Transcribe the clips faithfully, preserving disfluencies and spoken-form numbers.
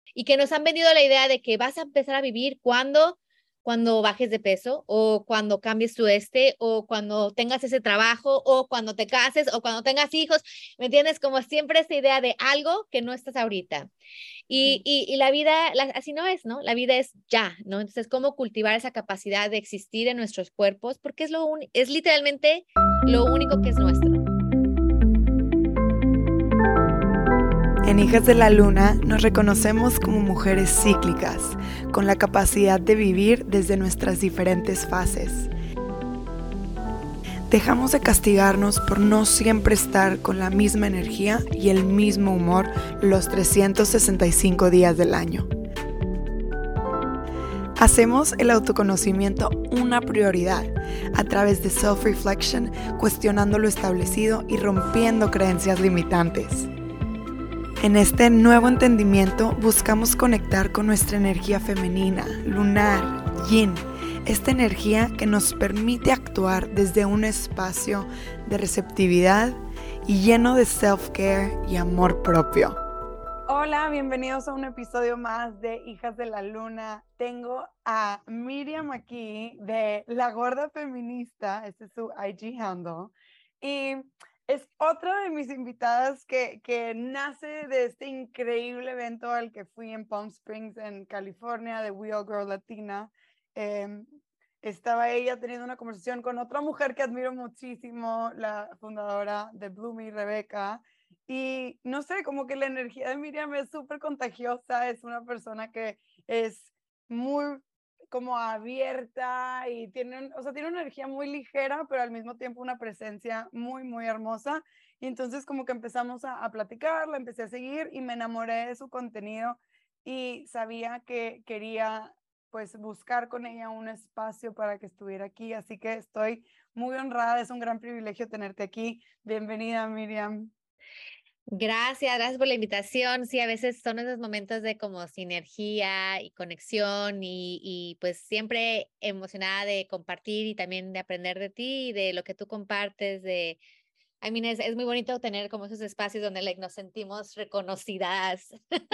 y que nos han vendido la idea de que vas a empezar a vivir cuando, cuando bajes de peso o cuando cambies tu este o cuando tengas ese trabajo o cuando te cases o cuando tengas hijos, ¿me entiendes? Como siempre esta idea de algo que no estás ahorita. Y, y, y la vida, la, así no es, ¿no? La vida es ya, ¿no? Entonces, ¿cómo cultivar esa capacidad de existir en nuestros cuerpos? Porque es, lo un, es literalmente lo único que es nuestro. En Hijas de la Luna nos reconocemos como mujeres cíclicas, con la capacidad de vivir desde nuestras diferentes fases. Dejamos de castigarnos por no siempre estar con la misma energía y el mismo humor los trescientos sesenta y cinco días del año. Hacemos el autoconocimiento una prioridad a través de self-reflection, cuestionando lo establecido y rompiendo creencias limitantes. En este nuevo entendimiento buscamos conectar con nuestra energía femenina, lunar, yin, esta energía que nos permite actuar desde un espacio de receptividad y lleno de self-care y amor propio. Hola, bienvenidos a un episodio más de Hijas de la Luna. Tengo a Miriam aquí de La Gorda Feminista, este es su I G handle, y es otra de mis invitadas que, que nace de este increíble evento al que fui en Palm Springs, en California, de We All Grow Latina. Eh, estaba ella teniendo una conversación con otra mujer que admiro muchísimo, la fundadora de Bloomy, Rebeca. Y no sé, como que la energía de Miriam es súper contagiosa, es una persona que es muy como abierta y tiene, o sea, tiene una energía muy ligera, pero al mismo tiempo una presencia muy, muy hermosa. Y entonces como que empezamos a, a platicar, la empecé a seguir y me enamoré de su contenido y sabía que quería pues buscar con ella un espacio para que estuviera aquí. Así que estoy muy honrada, es un gran privilegio tenerte aquí. Bienvenida, Miriam. Gracias, gracias por la invitación. Sí, a veces son esos momentos de como sinergia y conexión y, y pues siempre emocionada de compartir y también de aprender de ti y de lo que tú compartes, de, I mean, es, es muy bonito tener como esos espacios donde like, nos sentimos reconocidas.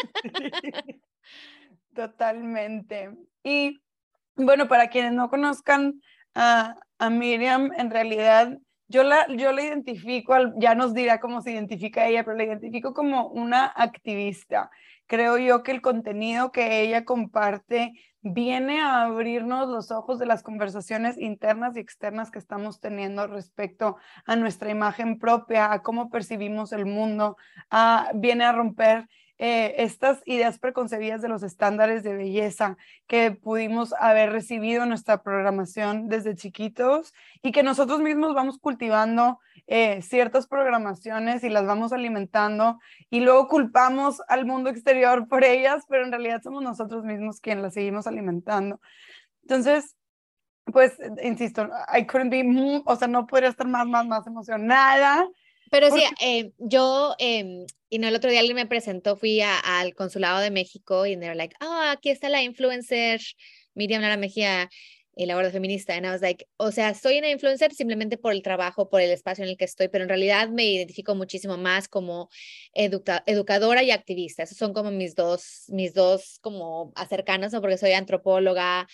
Totalmente. Y bueno, para quienes no conozcan a, a Miriam, en realidad yo la, yo la identifico, al- ya nos dirá cómo se identifica ella, pero la identifico como una activista. Creo yo que el contenido que ella comparte viene a abrirnos los ojos de las conversaciones internas y externas que estamos teniendo respecto a nuestra imagen propia, a cómo percibimos el mundo, a- viene a romper eh, estas ideas preconcebidas de los estándares de belleza que pudimos haber recibido en nuestra programación desde chiquitos y que nosotros mismos vamos cultivando eh, ciertas programaciones y las vamos alimentando y luego culpamos al mundo exterior por ellas, pero en realidad somos nosotros mismos quienes las seguimos alimentando. Entonces, pues, insisto, I couldn't be, more, o sea, no podría estar más, más, más emocionada. Pero sí, Porque eh, yo, eh, y no, el otro día alguien me presentó, fui a, al consulado de México y they were like, oh, aquí está la influencer Miriam Lara Mejía, y la gorda feminista. And I was like, o sea, soy una influencer simplemente por el trabajo, por el espacio en el que estoy, pero en realidad me identifico muchísimo más como educa educadora y activista. Esos son como mis dos, mis dos como acercanos, ¿no? Porque soy antropóloga,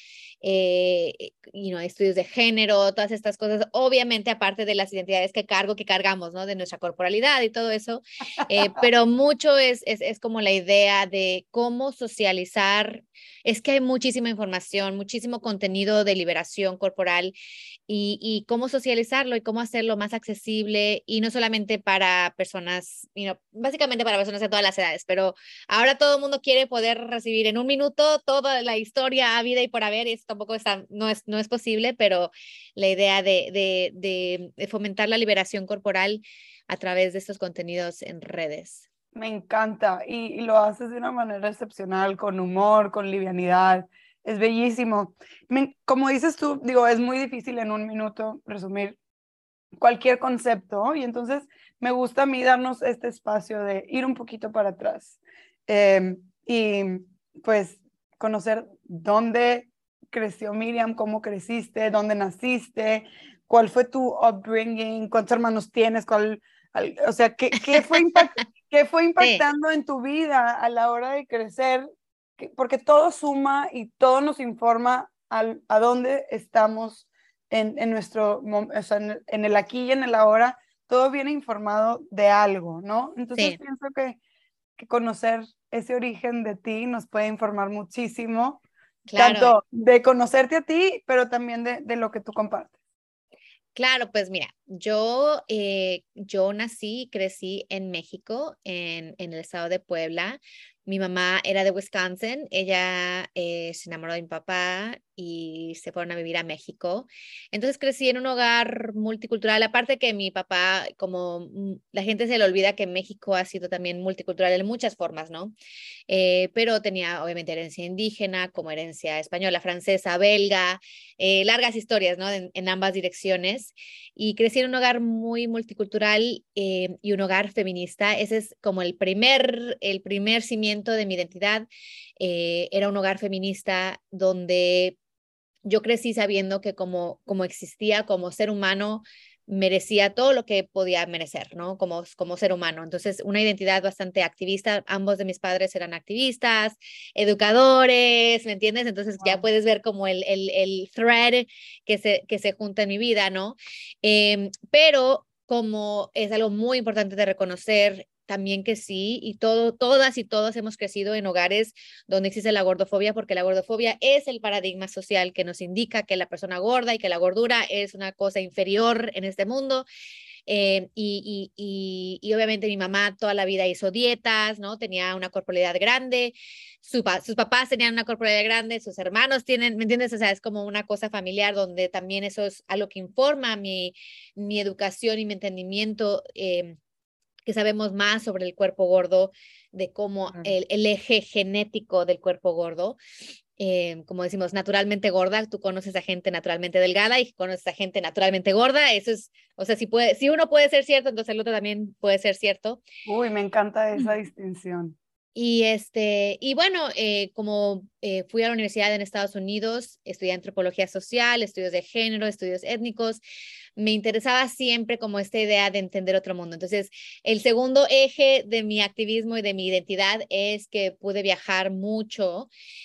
eh, you know, estudios de género, todas estas cosas, obviamente aparte de las identidades que cargo, que cargamos, ¿no? De nuestra corporalidad y todo eso, eh, pero mucho es, es, es como la idea de cómo socializar, es que hay muchísima información, muchísimo contenido de liberación corporal y, y cómo socializarlo y cómo hacerlo más accesible y no solamente para personas, you know, básicamente para personas de todas las edades, pero ahora todo el mundo quiere poder recibir en un minuto toda la historia a vida y por haber, y eso tampoco está, no, es, no es posible, pero la idea de, de, de, de fomentar la liberación corporal a través de estos contenidos en redes. me encanta y, y lo haces de una manera excepcional, con humor, con livianidad. Es bellísimo. Me, como dices tú, digo, es muy difícil en un minuto resumir cualquier concepto y entonces me gusta a mí darnos este espacio de ir un poquito para atrás eh, y pues conocer dónde creció Miriam, cómo creciste, dónde naciste, cuál fue tu upbringing, cuántos hermanos tienes, cuál, al, o sea, qué, qué, fue impact, qué fue Sí. impactando en tu vida a la hora de crecer que, porque todo suma y todo nos informa al, a dónde estamos en, en nuestro, o sea, en, en el aquí y en el ahora, todo viene informado de algo, ¿no? Entonces Sí. pienso que, que conocer ese origen de ti nos puede informar muchísimo, Claro. tanto de conocerte a ti, pero también de, de lo que tú compartes. Claro, pues mira, yo, eh, yo nací y crecí en México, en, en el estado de Puebla. Mi mamá era de Wisconsin, ella eh, se enamoró de mi papá y se fueron a vivir a México. Entonces crecí en un hogar multicultural, aparte que mi papá, como mm, la gente se le olvida que México ha sido también multicultural en muchas formas, ¿no? Eh, pero tenía obviamente herencia indígena, como herencia española, francesa, belga, eh, largas historias, ¿no? En, en ambas direcciones. Y crecí en un hogar muy multicultural eh, y un hogar feminista. Ese es como el primer, el primer cimiento de mi identidad. Eh, era un hogar feminista donde yo crecí sabiendo que como, como existía como ser humano, merecía todo lo que podía merecer, ¿no? Como, como ser humano. Entonces, una identidad bastante activista. Ambos de mis padres eran activistas, educadores, ¿me entiendes? Entonces, wow. Ya puedes ver como el, el, el thread que se, que se junta en mi vida, ¿no? Eh, pero como es algo muy importante de reconocer, también que sí, y todo, todas y todos hemos crecido en hogares donde existe la gordofobia, porque la gordofobia es el paradigma social que nos indica que la persona gorda y que la gordura es una cosa inferior en este mundo. Eh, y, y, y, y obviamente mi mamá toda la vida hizo dietas, ¿no? Tenía una corporalidad grande, su pa sus papás tenían una corporalidad grande, sus hermanos tienen, ¿me entiendes? O sea, es como una cosa familiar donde también eso es algo que informa mi, mi educación y mi entendimiento, eh, que sabemos más sobre el cuerpo gordo, de cómo el, el eje genético del cuerpo gordo, eh, como decimos, naturalmente gorda, tú conoces a gente naturalmente delgada y conoces a gente naturalmente gorda, eso es, o sea, si, puede, si uno puede ser cierto, entonces el otro también puede ser cierto. Uy, me encanta esa distinción. Y, este, y bueno, eh, como eh, fui a la universidad en Estados Unidos, estudié antropología social, estudios de género, estudios étnicos, me interesaba siempre como esta idea de entender otro mundo. Entonces, el segundo eje de mi activismo y de mi identidad es que pude viajar mucho,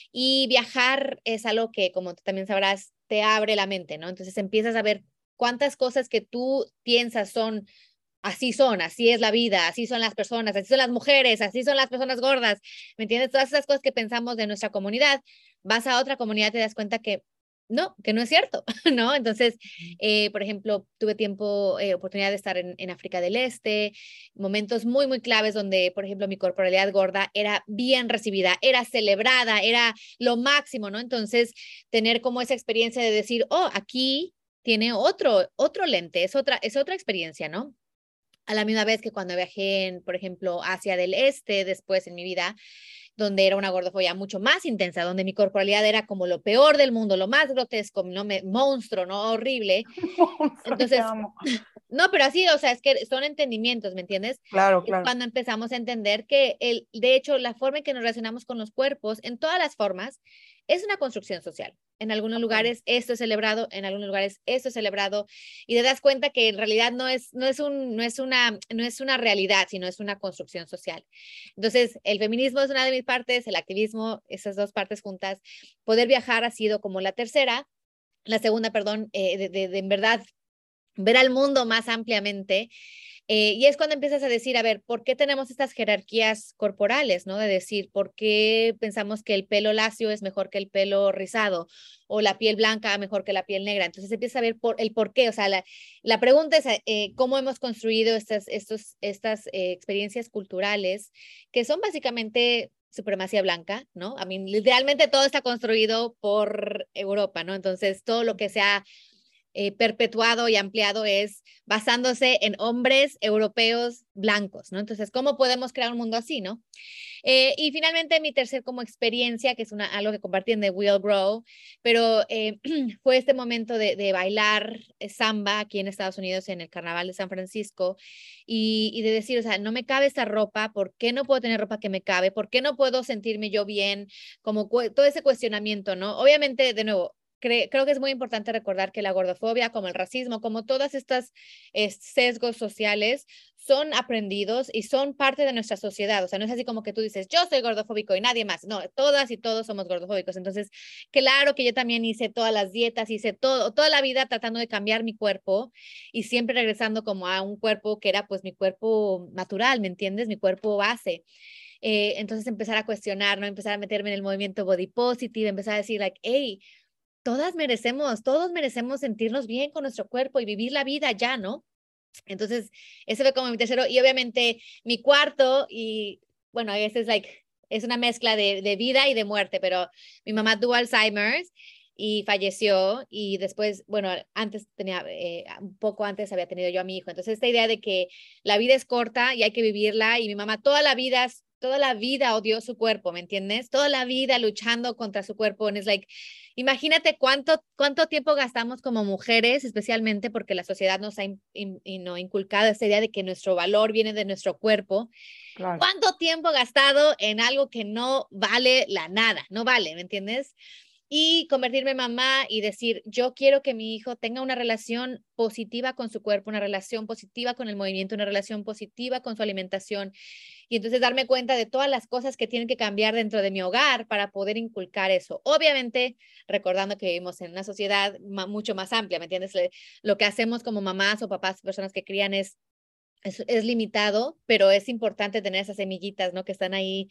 y viajar es algo que, como tú también sabrás, te abre la mente, ¿no? Entonces empiezas a ver cuántas cosas que tú piensas son así son, así es la vida, así son las personas, así son las mujeres, así son las personas gordas, ¿me entiendes? Todas esas cosas que pensamos de nuestra comunidad, vas a otra comunidad y te das cuenta que no, que no es cierto, ¿no? Entonces, eh, por ejemplo, tuve tiempo, eh, oportunidad de estar en, en África del Este, momentos muy, muy claves donde, por ejemplo, mi corporalidad gorda era bien recibida, era celebrada, era lo máximo, ¿no? Entonces, tener como esa experiencia de decir, oh, aquí tiene otro, otro lente, es otra, es otra experiencia, ¿no? A la misma vez que cuando viajé, en, por ejemplo, Asia del Este, después en mi vida, donde era una gordofobia mucho más intensa, donde mi corporalidad era como lo peor del mundo, lo más grotesco, no me, monstruo, ¿no? Horrible. Entonces, no, pero así, o sea, es que son entendimientos, ¿me entiendes? Claro, claro. Es cuando empezamos a entender que, el, de hecho, la forma en que nos relacionamos con los cuerpos, en todas las formas, es una construcción social. En algunos lugares esto es celebrado, en algunos lugares esto es celebrado, y te das cuenta que en realidad no es, no es, un, no es, una, no es una realidad, sino es una construcción social. Entonces, el feminismo es una de mis partes, el activismo, esas dos partes juntas. Poder viajar ha sido como la tercera, la segunda, perdón, eh, de, de, de en verdad ver al mundo más ampliamente. Eh, y es cuando empiezas a decir, a ver, ¿por qué tenemos estas jerarquías corporales, ¿no? De decir, ¿por qué pensamos que el pelo lacio es mejor que el pelo rizado? O la piel blanca mejor que la piel negra. Entonces empiezas a ver por, el por qué. O sea, la, la pregunta es eh, cómo hemos construido estas, estos, estas eh, experiencias culturales que son básicamente supremacía blanca, ¿no? A mí, literalmente todo está construido por Europa, ¿no? Entonces, todo lo que sea Eh, perpetuado y ampliado es basándose en hombres europeos blancos, ¿no? Entonces, ¿cómo podemos crear un mundo así, no? Eh, y finalmente, mi tercer como experiencia, que es una, algo que compartí en The Will Grow, pero eh, fue este momento de, de bailar samba aquí en Estados Unidos en el Carnaval de San Francisco, y, y de decir, o sea, no me cabe esta ropa, ¿por qué no puedo tener ropa que me cabe? ¿Por qué no puedo sentirme yo bien? Como todo ese cuestionamiento, ¿no? Obviamente, de nuevo, cre creo que es muy importante recordar que la gordofobia, como el racismo, como todas estas eh, sesgos sociales, son aprendidos y son parte de nuestra sociedad. O sea, no es así como que tú dices, yo soy gordofóbico y nadie más. No, todas y todos somos gordofóbicos. Entonces, claro que yo también hice todas las dietas, hice todo, toda la vida tratando de cambiar mi cuerpo y siempre regresando como a un cuerpo que era pues mi cuerpo natural, ¿me entiendes? Mi cuerpo base. Eh, entonces empezar a cuestionar, ¿no? Empezar a meterme en el movimiento body positive, empezar a decir, like, hey, todas merecemos, todos merecemos sentirnos bien con nuestro cuerpo y vivir la vida ya, ¿no? Entonces, ese fue como mi tercero. Y obviamente mi cuarto, y bueno, ese es like, es una mezcla de, de vida y de muerte, pero mi mamá tuvo Alzheimer's y falleció y después, bueno, antes tenía, eh, un poco antes había tenido yo a mi hijo. Entonces, esta idea de que la vida es corta y hay que vivirla y mi mamá toda la vida, toda la vida odió su cuerpo, ¿me entiendes? Toda la vida luchando contra su cuerpo. And it's like, imagínate cuánto, cuánto tiempo gastamos como mujeres, especialmente porque la sociedad nos ha in, in, in, no, inculcado esta idea de que nuestro valor viene de nuestro cuerpo. Claro. ¿Cuánto tiempo gastado en algo que no vale la nada? No vale, ¿me entiendes? Y convertirme en mamá y decir, yo quiero que mi hijo tenga una relación positiva con su cuerpo, una relación positiva con el movimiento, una relación positiva con su alimentación. Y entonces darme cuenta de todas las cosas que tienen que cambiar dentro de mi hogar para poder inculcar eso. Obviamente, recordando que vivimos en una sociedad mucho más amplia, ¿me entiendes? Lo que hacemos como mamás o papás, personas que crían es, es, es limitado, pero es importante tener esas semillitas, ¿no? Que están ahí.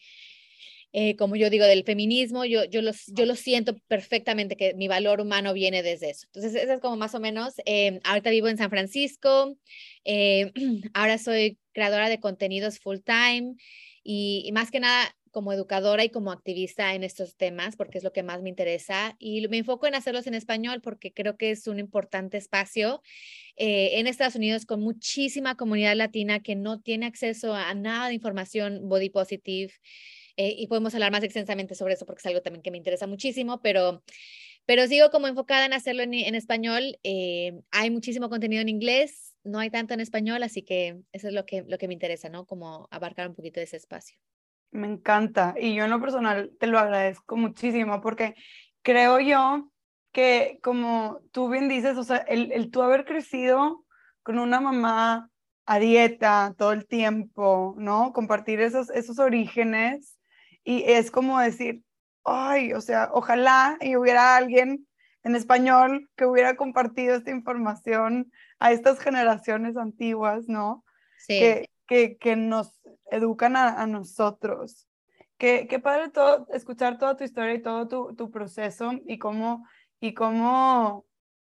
Eh, como yo digo, del feminismo, yo, yo, los, yo lo siento perfectamente que mi valor humano viene desde eso. Entonces, eso es como más o menos, eh, ahorita vivo en San Francisco, eh, ahora soy creadora de contenidos full time y, y más que nada como educadora y como activista en estos temas, porque es lo que más me interesa y me enfoco en hacerlos en español porque creo que es un importante espacio eh, en Estados Unidos con muchísima comunidad latina que no tiene acceso a nada de información body positive. Eh, y podemos hablar más extensamente sobre eso porque es algo también que me interesa muchísimo, pero, pero sigo como enfocada en hacerlo en, en español. Eh, hay muchísimo contenido en inglés, no hay tanto en español, así que eso es lo que, lo que me interesa, ¿no? Como abarcar un poquito de ese espacio. Me encanta y yo en lo personal te lo agradezco muchísimo porque creo yo que como tú bien dices, o sea, el, el tú haber crecido con una mamá a dieta todo el tiempo, ¿no? Compartir esos, esos orígenes y es como decir, ay, o sea, ojalá y hubiera alguien en español que hubiera compartido esta información a estas generaciones antiguas, ¿no? Sí. Que, que, que nos educan a, a nosotros. Qué, qué padre todo, escuchar toda tu historia y todo tu, tu proceso y cómo, y cómo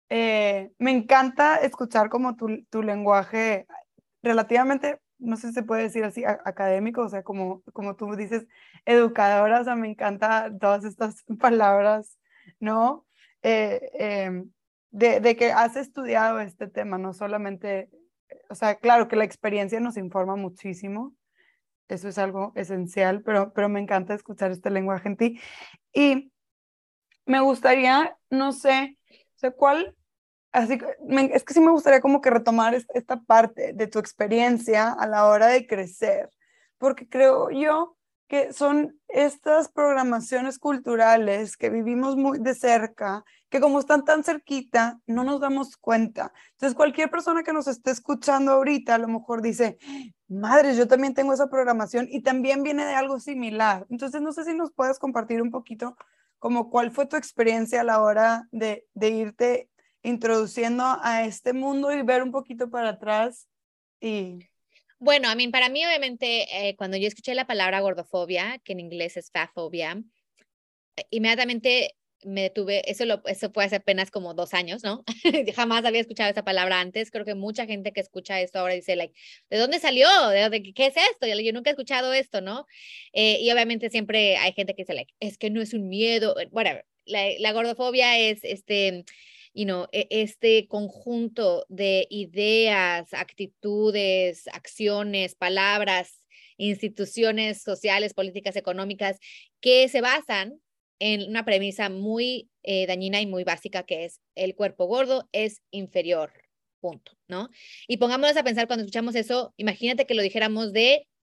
eh, me encanta escuchar como tu, tu lenguaje relativamente, no sé si se puede decir así, a, académico, o sea, como, como tú dices, educadora, o sea, me encanta todas estas palabras, ¿no? Eh, eh, de, de que has estudiado este tema, no solamente, o sea, claro que la experiencia nos informa muchísimo, eso es algo esencial, pero, pero me encanta escuchar este lenguaje en ti. Y me gustaría, no sé, o sea, ¿cuál? Así que me, es que sí me gustaría como que retomar esta, esta parte de tu experiencia a la hora de crecer, porque creo yo que son estas programaciones culturales que vivimos muy de cerca, que como están tan cerquita, no nos damos cuenta. Entonces, cualquier persona que nos esté escuchando ahorita, a lo mejor dice, madre, yo también tengo esa programación y también viene de algo similar. Entonces, no sé si nos puedes compartir un poquito como cuál fue tu experiencia a la hora de, de irte introduciendo a este mundo y ver un poquito para atrás y... Bueno, a mí, para mí, obviamente, eh, cuando yo escuché la palabra gordofobia, que en inglés es fatphobia, inmediatamente me detuve, eso, lo, eso fue hace apenas como dos años, ¿no? Jamás había escuchado esa palabra antes, creo que mucha gente que escucha esto ahora dice, like, ¿de dónde salió? ¿De, de qué es esto? Yo, yo nunca he escuchado esto, ¿no? Eh, y obviamente siempre hay gente que dice, like, es que no es un miedo, whatever. La, la gordofobia es este... You know, este conjunto de ideas, actitudes, acciones, palabras, instituciones sociales, políticas, económicas, que se basan en una premisa muy eh, dañina y muy básica que es el cuerpo gordo es inferior, punto, ¿no? Y pongámonos a pensar cuando escuchamos eso, imagínate que lo dijéramos de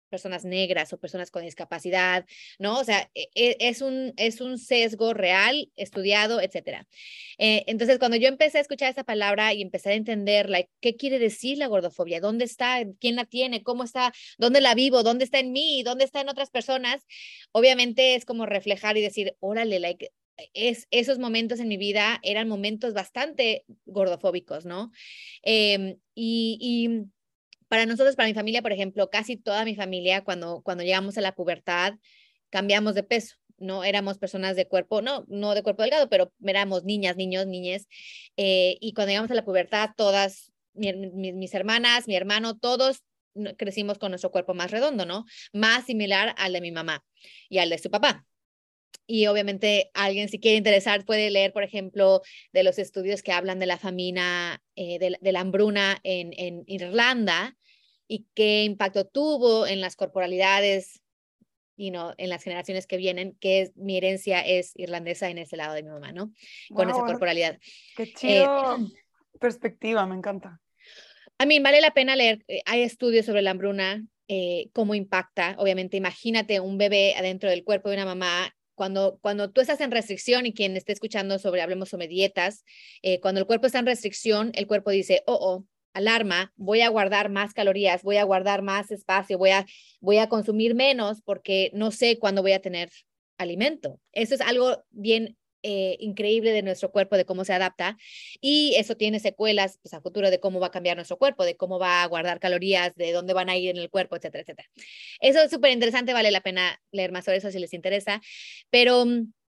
personas negras o personas con discapacidad, ¿no? O sea, es un, es un sesgo real, estudiado, etcétera. Eh, entonces, cuando yo empecé a escuchar esa palabra y empecé a entender, like, ¿qué quiere decir la gordofobia? ¿Dónde está? ¿Quién la tiene? ¿Cómo está? ¿Dónde la vivo? ¿Dónde está en mí? ¿Dónde está en otras personas? Obviamente es como reflejar y decir, órale, like, es, esos momentos en mi vida eran momentos bastante gordofóbicos, ¿no? Eh, y, y para nosotros, para mi familia, por ejemplo, casi toda mi familia, cuando, cuando llegamos a la pubertad, cambiamos de peso, ¿no? Éramos personas de cuerpo, no, no de cuerpo delgado, pero éramos niñas, niños, niñes. Eh, y cuando llegamos a la pubertad, todas, mi, mi, mis hermanas, mi hermano, todos crecimos con nuestro cuerpo más redondo, ¿no? Más similar al de mi mamá y al de su papá. Y obviamente alguien si quiere interesar puede leer, por ejemplo, de los estudios que hablan de la famina, eh, de, de la hambruna en, en Irlanda y qué impacto tuvo en las corporalidades, you know, en las generaciones que vienen, que es, mi herencia es irlandesa en ese lado de mi mamá, ¿no? Con Wow, esa corporalidad. qué Eh, chido perspectiva, me encanta. a mí vale la pena leer, eh, hay estudios sobre la hambruna, eh, cómo impacta, obviamente, imagínate un bebé adentro del cuerpo de una mamá. Cuando, cuando tú estás en restricción y quien esté escuchando sobre, hablemos sobre dietas, eh, cuando el cuerpo está en restricción, el cuerpo dice, oh, oh, alarma, voy a guardar más calorías, voy a guardar más espacio, voy a, voy a consumir menos porque no sé cuándo voy a tener alimento. Eso es algo bien eh, increíble de nuestro cuerpo, de cómo se adapta, y eso tiene secuelas pues, a futuro de cómo va a cambiar nuestro cuerpo, de cómo va a guardar calorías, de dónde van a ir en el cuerpo, etcétera, etcétera. Eso es súper interesante, vale la pena leer más sobre eso si les interesa, pero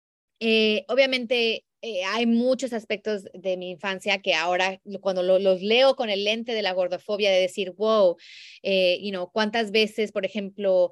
eh, obviamente eh, hay muchos aspectos de mi infancia que ahora cuando lo, los leo con el lente de la gordofobia, de decir, wow, eh, you know, cuántas veces, por ejemplo,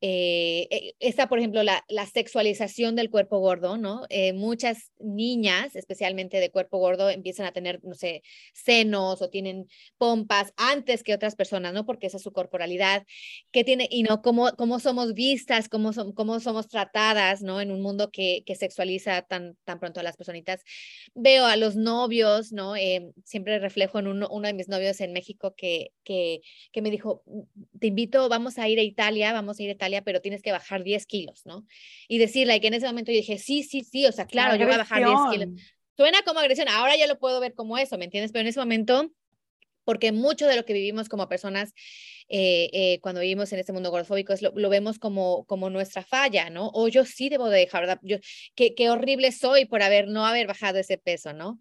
eh, está, por ejemplo, la, la sexualización del cuerpo gordo, ¿no? Eh, muchas niñas, especialmente de cuerpo gordo, empiezan a tener, no sé, senos o tienen pompas antes que otras personas, ¿no? Porque esa es su corporalidad, que tiene, y no, cómo, cómo somos vistas, cómo, son, cómo somos tratadas, ¿no? En un mundo que, que sexualiza tan, tan pronto a las personitas. Veo a los novios, ¿no? Eh, siempre reflejo en uno, uno de mis novios en México que, que, que me dijo, te invito, vamos a ir a Italia, vamos a ir a Italia, pero tienes que bajar diez kilos, ¿no? Y decirle que en ese momento yo dije, sí, sí, sí, o sea, claro, yo voy a bajar diez kilos. Suena como agresión, ahora ya lo puedo ver como eso, ¿me entiendes? Pero en ese momento, porque mucho de lo que vivimos como personas eh, eh, cuando vivimos en este mundo gordofóbico es lo, lo vemos como, como nuestra falla, ¿no? O yo sí debo de dejar, ¿verdad? Yo, qué, qué horrible soy por haber, no haber bajado ese peso, ¿no?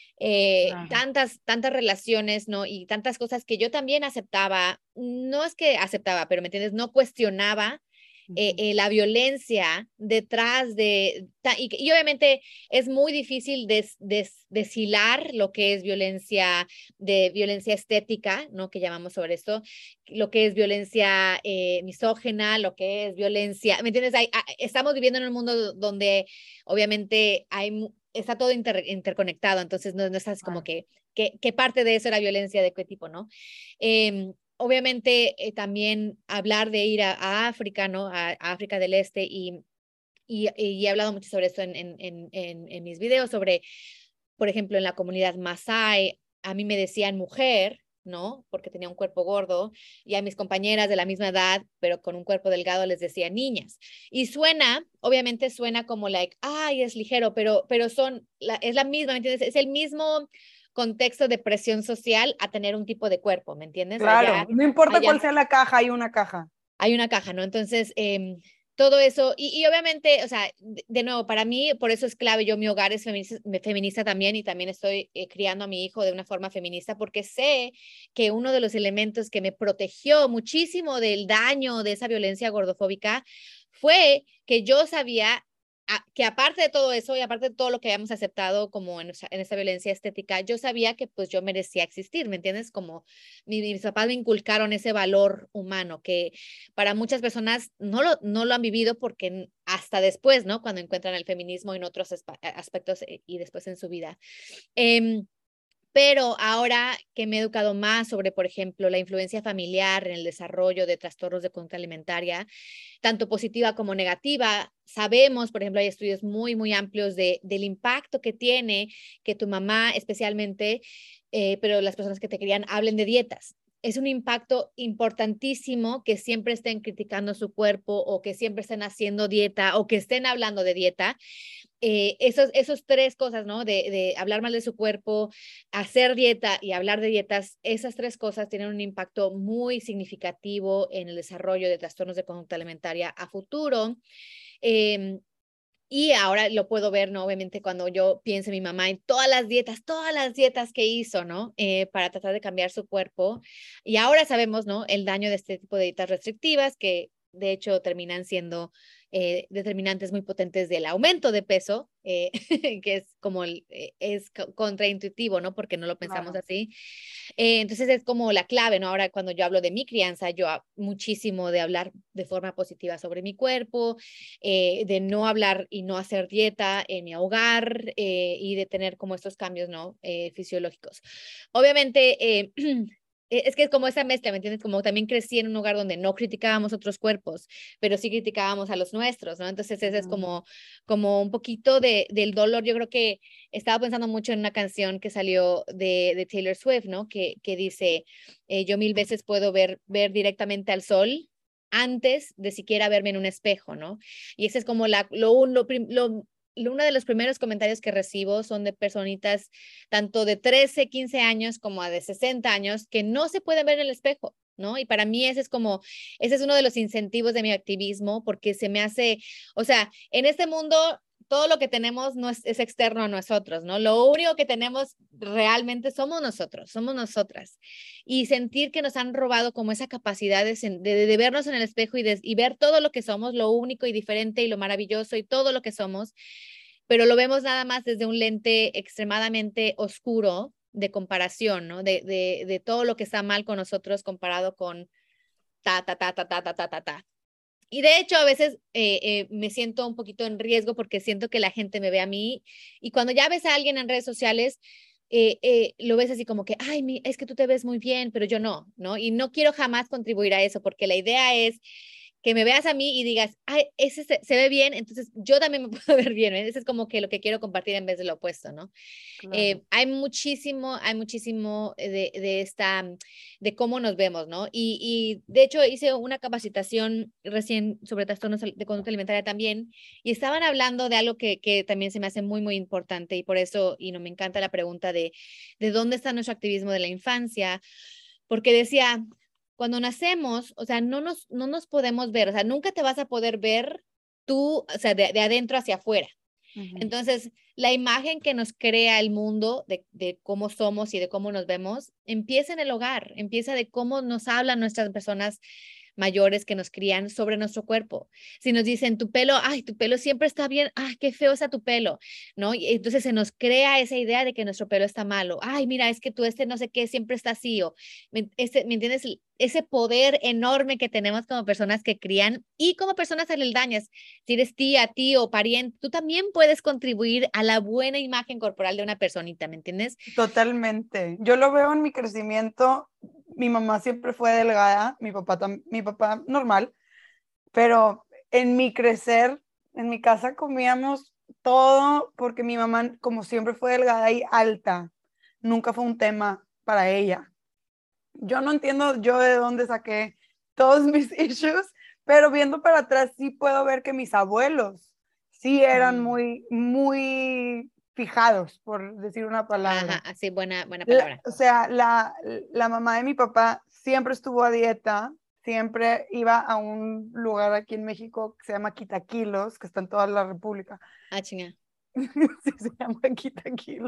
Eh, claro. tantas, tantas relaciones, ¿no? Y tantas cosas que yo también aceptaba, no es que aceptaba, pero ¿me entiendes? No cuestionaba eh, eh, la violencia detrás de, y, y obviamente es muy difícil des, des, deshilar lo que es violencia, de violencia estética, ¿no? Que llamamos sobre esto, lo que es violencia eh, misógena, lo que es violencia, ¿me entiendes? Hay, hay, estamos viviendo en un mundo donde obviamente hay, está todo inter, interconectado, entonces no, no estás como ah. que, que, que parte de eso era violencia, de qué tipo, ¿no? Eh, Obviamente eh, también hablar de ir a, a África, ¿no? A, a África del Este y, y, y he hablado mucho sobre esto en, en, en, en mis videos, sobre, por ejemplo, en la comunidad Masái, a mí me decían mujer, ¿no? Porque tenía un cuerpo gordo, y a mis compañeras de la misma edad, pero con un cuerpo delgado, les decía niñas. Y suena, obviamente suena como like, ay, es ligero, pero, pero son, la, es la misma, ¿me entiendes? Es el mismo contexto de presión social a tener un tipo de cuerpo, ¿me entiendes? Claro, allá, no importa allá, cuál sea la caja, hay una caja. Hay una caja, ¿no? Entonces, eh, todo eso, y, y obviamente, o sea, de, de nuevo, para mí, por eso es clave, yo mi hogar es feminista, feminista también, y también estoy eh, criando a mi hijo de una forma feminista, porque sé que uno de los elementos que me protegió muchísimo del daño de esa violencia gordofóbica fue que yo sabía a, que aparte de todo eso y aparte de todo lo que habíamos aceptado como en, en esa violencia estética, yo sabía que pues yo merecía existir, ¿me entiendes? Como mi, mis papás me inculcaron ese valor humano que para muchas personas no lo, no lo han vivido porque hasta después, ¿no? Cuando encuentran el feminismo en otros aspectos y después en su vida. Eh, Pero ahora que me he educado más sobre, por ejemplo, la influencia familiar en el desarrollo de trastornos de conducta alimentaria, tanto positiva como negativa, sabemos, por ejemplo, hay estudios muy, muy amplios de, del impacto que tiene que tu mamá especialmente, eh, pero las personas que te crían, hablen de dietas. es un impacto importantísimo que siempre estén criticando su cuerpo o que siempre estén haciendo dieta o que estén hablando de dieta. Eh, esos, esos tres cosas, ¿no? De, de hablar mal de su cuerpo, hacer dieta y hablar de dietas, esas tres cosas tienen un impacto muy significativo en el desarrollo de trastornos de conducta alimentaria a futuro. Eh, Y ahora lo puedo ver, ¿no? Obviamente cuando yo pienso en mi mamá, en todas las dietas, todas las dietas que hizo, ¿no? Eh, para tratar de cambiar su cuerpo. Y ahora sabemos, ¿no? El daño de este tipo de dietas restrictivas que de hecho terminan siendo eh, determinantes muy potentes del aumento de peso, eh, que es como el, eh, es contraintuitivo, ¿no? Porque no lo pensamos Claro. así. Eh, entonces es como la clave, ¿no? Ahora cuando yo hablo de mi crianza, yo hablo muchísimo de hablar de forma positiva sobre mi cuerpo, eh, de no hablar y no hacer dieta en mi hogar eh, y de tener como estos cambios, ¿no? Eh, fisiológicos. Obviamente, eh, es que es como esa mezcla, ¿me entiendes? Como también crecí en un hogar donde no criticábamos otros cuerpos, pero sí criticábamos a los nuestros, ¿no? Entonces ese es Mm. como, como un poquito de, del dolor. Yo creo que estaba pensando mucho en una canción que salió de, de Taylor Swift, ¿no? Que, que dice, eh, yo mil veces puedo ver, ver directamente al sol antes de siquiera verme en un espejo, ¿no? Y ese es como la, lo, lo, lo, uno de los primeros comentarios que recibo son de personitas tanto de trece, quince años como a de sesenta años que no se pueden ver en el espejo, ¿no? Y para mí ese es como, ese es uno de los incentivos de mi activismo porque se me hace, o sea, en este mundo todo lo que tenemos no es, es externo a nosotros, ¿no? Lo único que tenemos realmente somos nosotros, somos nosotras. Y sentir que nos han robado como esa capacidad de, de, de vernos en el espejo y, de, y ver todo lo que somos, lo único y diferente y lo maravilloso y todo lo que somos, pero lo vemos nada más desde un lente extremadamente oscuro de comparación, ¿no? De, de, de todo lo que está mal con nosotros comparado con ta, ta, ta, ta, ta, ta, ta, ta, ta. Y de hecho, a veces eh, eh, me siento un poquito en riesgo porque siento que la gente me ve a mí y cuando ya ves a alguien en redes sociales, eh, eh, lo ves así como que, ay, mi, es que tú te ves muy bien, pero yo no, ¿no? Y no quiero jamás contribuir a eso porque la idea es que me veas a mí y digas, ay, ese se, se ve bien, entonces yo también me puedo ver bien, ¿eh? Ese es como que lo que quiero compartir en vez de lo opuesto, ¿no? Claro. Eh, hay muchísimo, hay muchísimo de, de esta, de cómo nos vemos, ¿no? Y, y de hecho hice una capacitación recién sobre trastornos de conducta alimentaria también, y estaban hablando de algo que, que también se me hace muy, muy importante, y por eso, y no me encanta la pregunta de, de dónde está nuestro activismo de la infancia, porque decía, cuando nacemos, o sea, no nos, no nos podemos ver, o sea, nunca te vas a poder ver tú, o sea, de, de adentro hacia afuera. Ujú. Entonces, la imagen que nos crea el mundo de, de cómo somos y de cómo nos vemos, empieza en el hogar, empieza de cómo nos hablan nuestras personas mayores que nos crían sobre nuestro cuerpo. Si nos dicen tu pelo, ay, tu pelo siempre está bien, ay, qué feo está tu pelo, ¿no? Y entonces se nos crea esa idea de que nuestro pelo está malo. Ay, mira, es que tú este no sé qué siempre está así o, ¿me, este, ¿me entiendes? Ese poder enorme que tenemos como personas que crían y como personas aledañas. Si eres tía, tío, pariente, tú también puedes contribuir a la buena imagen corporal de una personita, ¿me entiendes? Totalmente. Yo lo veo en mi crecimiento. Mi mamá siempre fue delgada, mi papá, mi papá normal, pero en mi crecer, en mi casa comíamos todo porque mi mamá, como siempre fue delgada y alta, nunca fue un tema para ella. Yo no entiendo yo de dónde saqué todos mis issues, pero viendo para atrás sí puedo ver que mis abuelos sí eran Mm. muy, muy fijados, por decir una Ajá, palabra. así, buena, buena La, palabra. o sea, la, la mamá de mi papá siempre estuvo a dieta, siempre iba a un lugar aquí en México que se llama Quitaquilos, que está en toda la República. Ah, chinga. Sí, se llama Quitaquilos.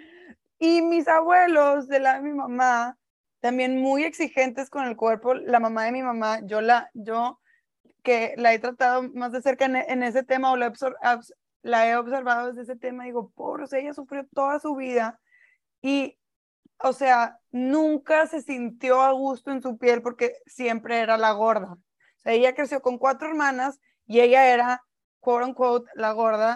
Y mis abuelos de la de mi mamá, también muy exigentes con el cuerpo. La mamá de mi mamá, yo la, yo que la he tratado más de cerca en, en ese tema o la he, la he observado desde ese tema, digo, pobre, o sea, ella sufrió toda su vida y o sea, nunca se sintió a gusto en su piel porque siempre era la gorda. O sea, ella creció con cuatro hermanas y ella era, quote unquote, la gorda,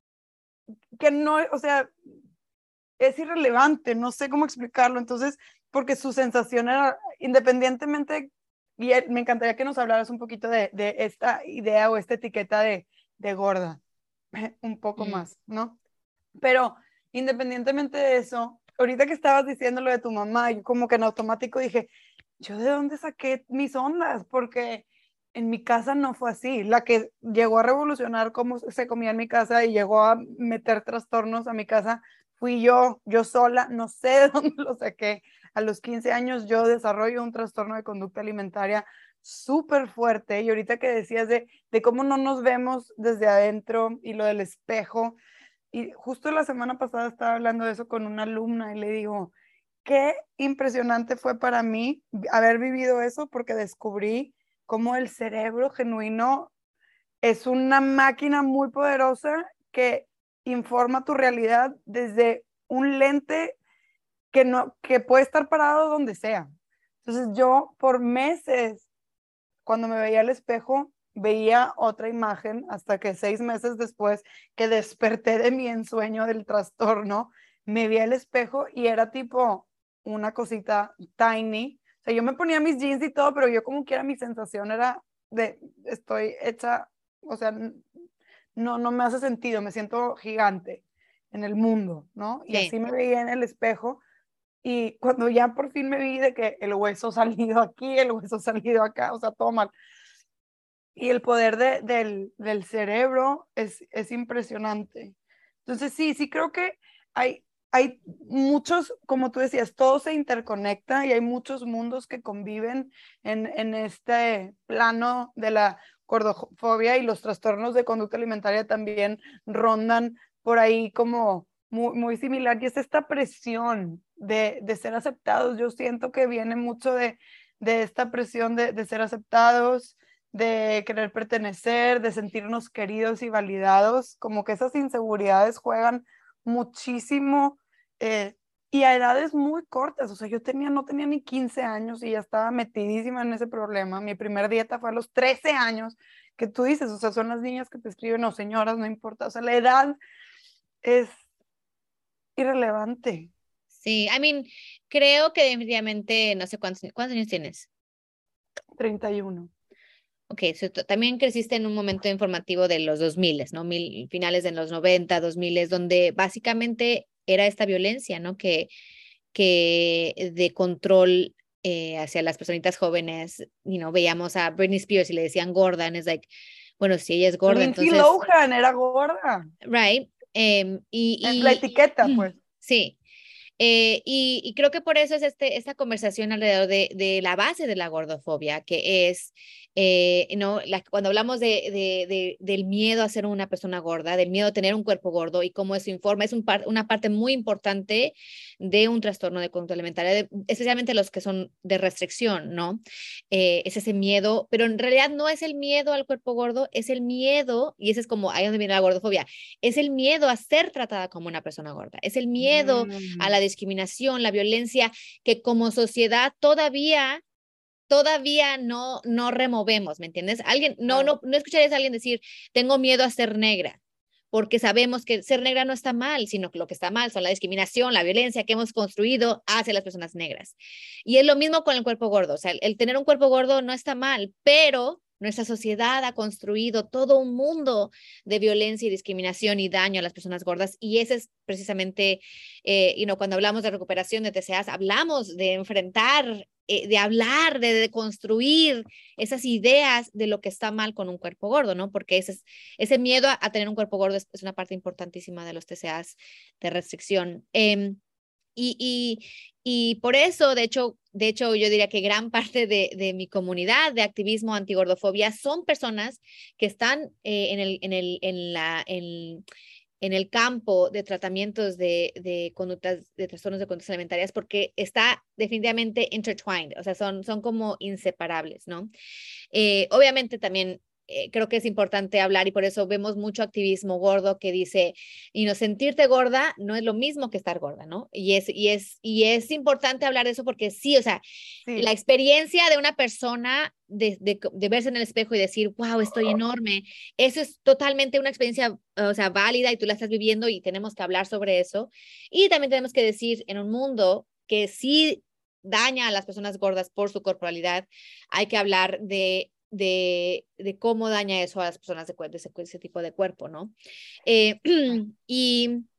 que no, o sea, es irrelevante, no sé cómo explicarlo. Entonces, porque su sensación era, independientemente, y me encantaría que nos hablaras un poquito de, de esta idea o esta etiqueta de, de gorda, un poco Mm. más, ¿no? Pero independientemente de eso, ahorita que estabas diciendo lo de tu mamá, yo como que en automático dije, ¿yo de dónde saqué mis ondas? Porque en mi casa no fue así. La que llegó a revolucionar cómo se comía en mi casa y llegó a meter trastornos a mi casa fui yo, yo sola, no sé de dónde lo saqué. A los quince años yo desarrollo un trastorno de conducta alimentaria súper fuerte. Y ahorita que decías de, de cómo no nos vemos desde adentro y lo del espejo, y justo la semana pasada estaba hablando de eso con una alumna y le digo, qué impresionante fue para mí haber vivido eso porque descubrí cómo el cerebro genuino es una máquina muy poderosa que informa tu realidad desde un lente que, no, que puede estar parado donde sea. Entonces yo por meses, cuando me veía al espejo, veía otra imagen hasta que seis meses después que desperté de mi ensueño del trastorno, me vi al espejo y era tipo una cosita tiny. O sea, yo me ponía mis jeans y todo, pero yo como quiera mi sensación era de estoy hecha, o sea, no, no me hace sentido, me siento gigante en el mundo, ¿no? Y Sí. así me veía en el espejo. Y cuando ya por fin me vi de que el hueso salido aquí, el hueso salido acá, o sea, todo mal. Y el poder de, del, del cerebro es, es impresionante. Entonces, sí, sí creo que hay, hay muchos, como tú decías, todo se interconecta y hay muchos mundos que conviven en, en este plano de la gordofobia y los trastornos de conducta alimentaria también rondan por ahí como muy, muy similar. Y es esta presión de, de ser aceptados. Yo siento que viene mucho de, de esta presión de, de ser aceptados, de querer pertenecer, de sentirnos queridos y validados, como que esas inseguridades juegan muchísimo eh, y a edades muy cortas. O sea, yo tenía, no tenía ni quince años y ya estaba metidísima en ese problema. Mi primer dieta fue a los trece años, que tú dices, o sea, son las niñas que te escriben, o señoras, no importa, o sea, la edad es irrelevante. Sí, I mean, creo que definitivamente, no sé cuántos, ¿cuántos años tienes? treinta y uno. Ok, so, también creciste en un momento informativo de los dos mil, ¿no? Mil, finales de los noventa, dos mil, donde básicamente era esta violencia, ¿no? Que, que de control eh, hacia las personitas jóvenes, you know, veíamos a Britney Spears y le decían gorda, and es like, bueno, si ella es gorda, Lindsay entonces, Lohan era gorda. right, um, La y, etiqueta, y pues. sí. Eh, y, y creo que por eso es este, esta conversación alrededor de, de la base de la gordofobia, que es, eh, ¿no? La, cuando hablamos de, de, de, del miedo a ser una persona gorda, del miedo a tener un cuerpo gordo y cómo eso informa, es un par, una parte muy importante de un trastorno de conducta alimentaria, de, especialmente los que son de restricción, ¿no? Eh, es ese miedo, pero en realidad no es el miedo al cuerpo gordo, es el miedo, y ese es como ahí donde viene la gordofobia, es el miedo a ser tratada como una persona gorda, es el miedo a Mm. la discriminación, la violencia, que como sociedad todavía, todavía no, no removemos, ¿me entiendes? Alguien, no, no, no escucharías a alguien decir, tengo miedo a ser negra, porque sabemos que ser negra no está mal, sino que lo que está mal son la discriminación, la violencia que hemos construido hacia las personas negras. Y es lo mismo con el cuerpo gordo, o sea, el, el tener un cuerpo gordo no está mal, pero nuestra sociedad ha construido todo un mundo de violencia y discriminación y daño a las personas gordas, y ese es precisamente, eh, you know, cuando hablamos de recuperación de T C As, hablamos de enfrentar, eh, de hablar, de, de construir esas ideas de lo que está mal con un cuerpo gordo, ¿no? Porque ese, es, ese miedo a, a tener un cuerpo gordo es, es, una parte importantísima de los T C As de restricción. Eh, y, y, y por eso, de hecho, de hecho, yo diría que gran parte de, de mi comunidad de activismo antigordofobia son personas que están eh, en, el, en, el, en, la, en, en el campo de tratamientos de, de conductas, de trastornos de conductas alimentarias, porque está definitivamente intertwined, o sea, son, son como inseparables, ¿no? Eh, obviamente también eh, creo que es importante hablar y por eso vemos mucho activismo gordo que dice, y no sentirte gorda no es lo mismo que estar gorda, ¿no? Y es, y es, y es importante hablar de eso porque sí, o sea, Sí. la experiencia de una persona de, de, de verse en el espejo y decir, wow, estoy enorme, eso es totalmente una experiencia, o sea, válida y tú la estás viviendo y tenemos que hablar sobre eso. Y también tenemos que decir en un mundo que sí daña a las personas gordas por su corporalidad, hay que hablar de de, de cómo daña eso a las personas de, de ese, ese tipo de cuerpo, ¿no? Eh, y,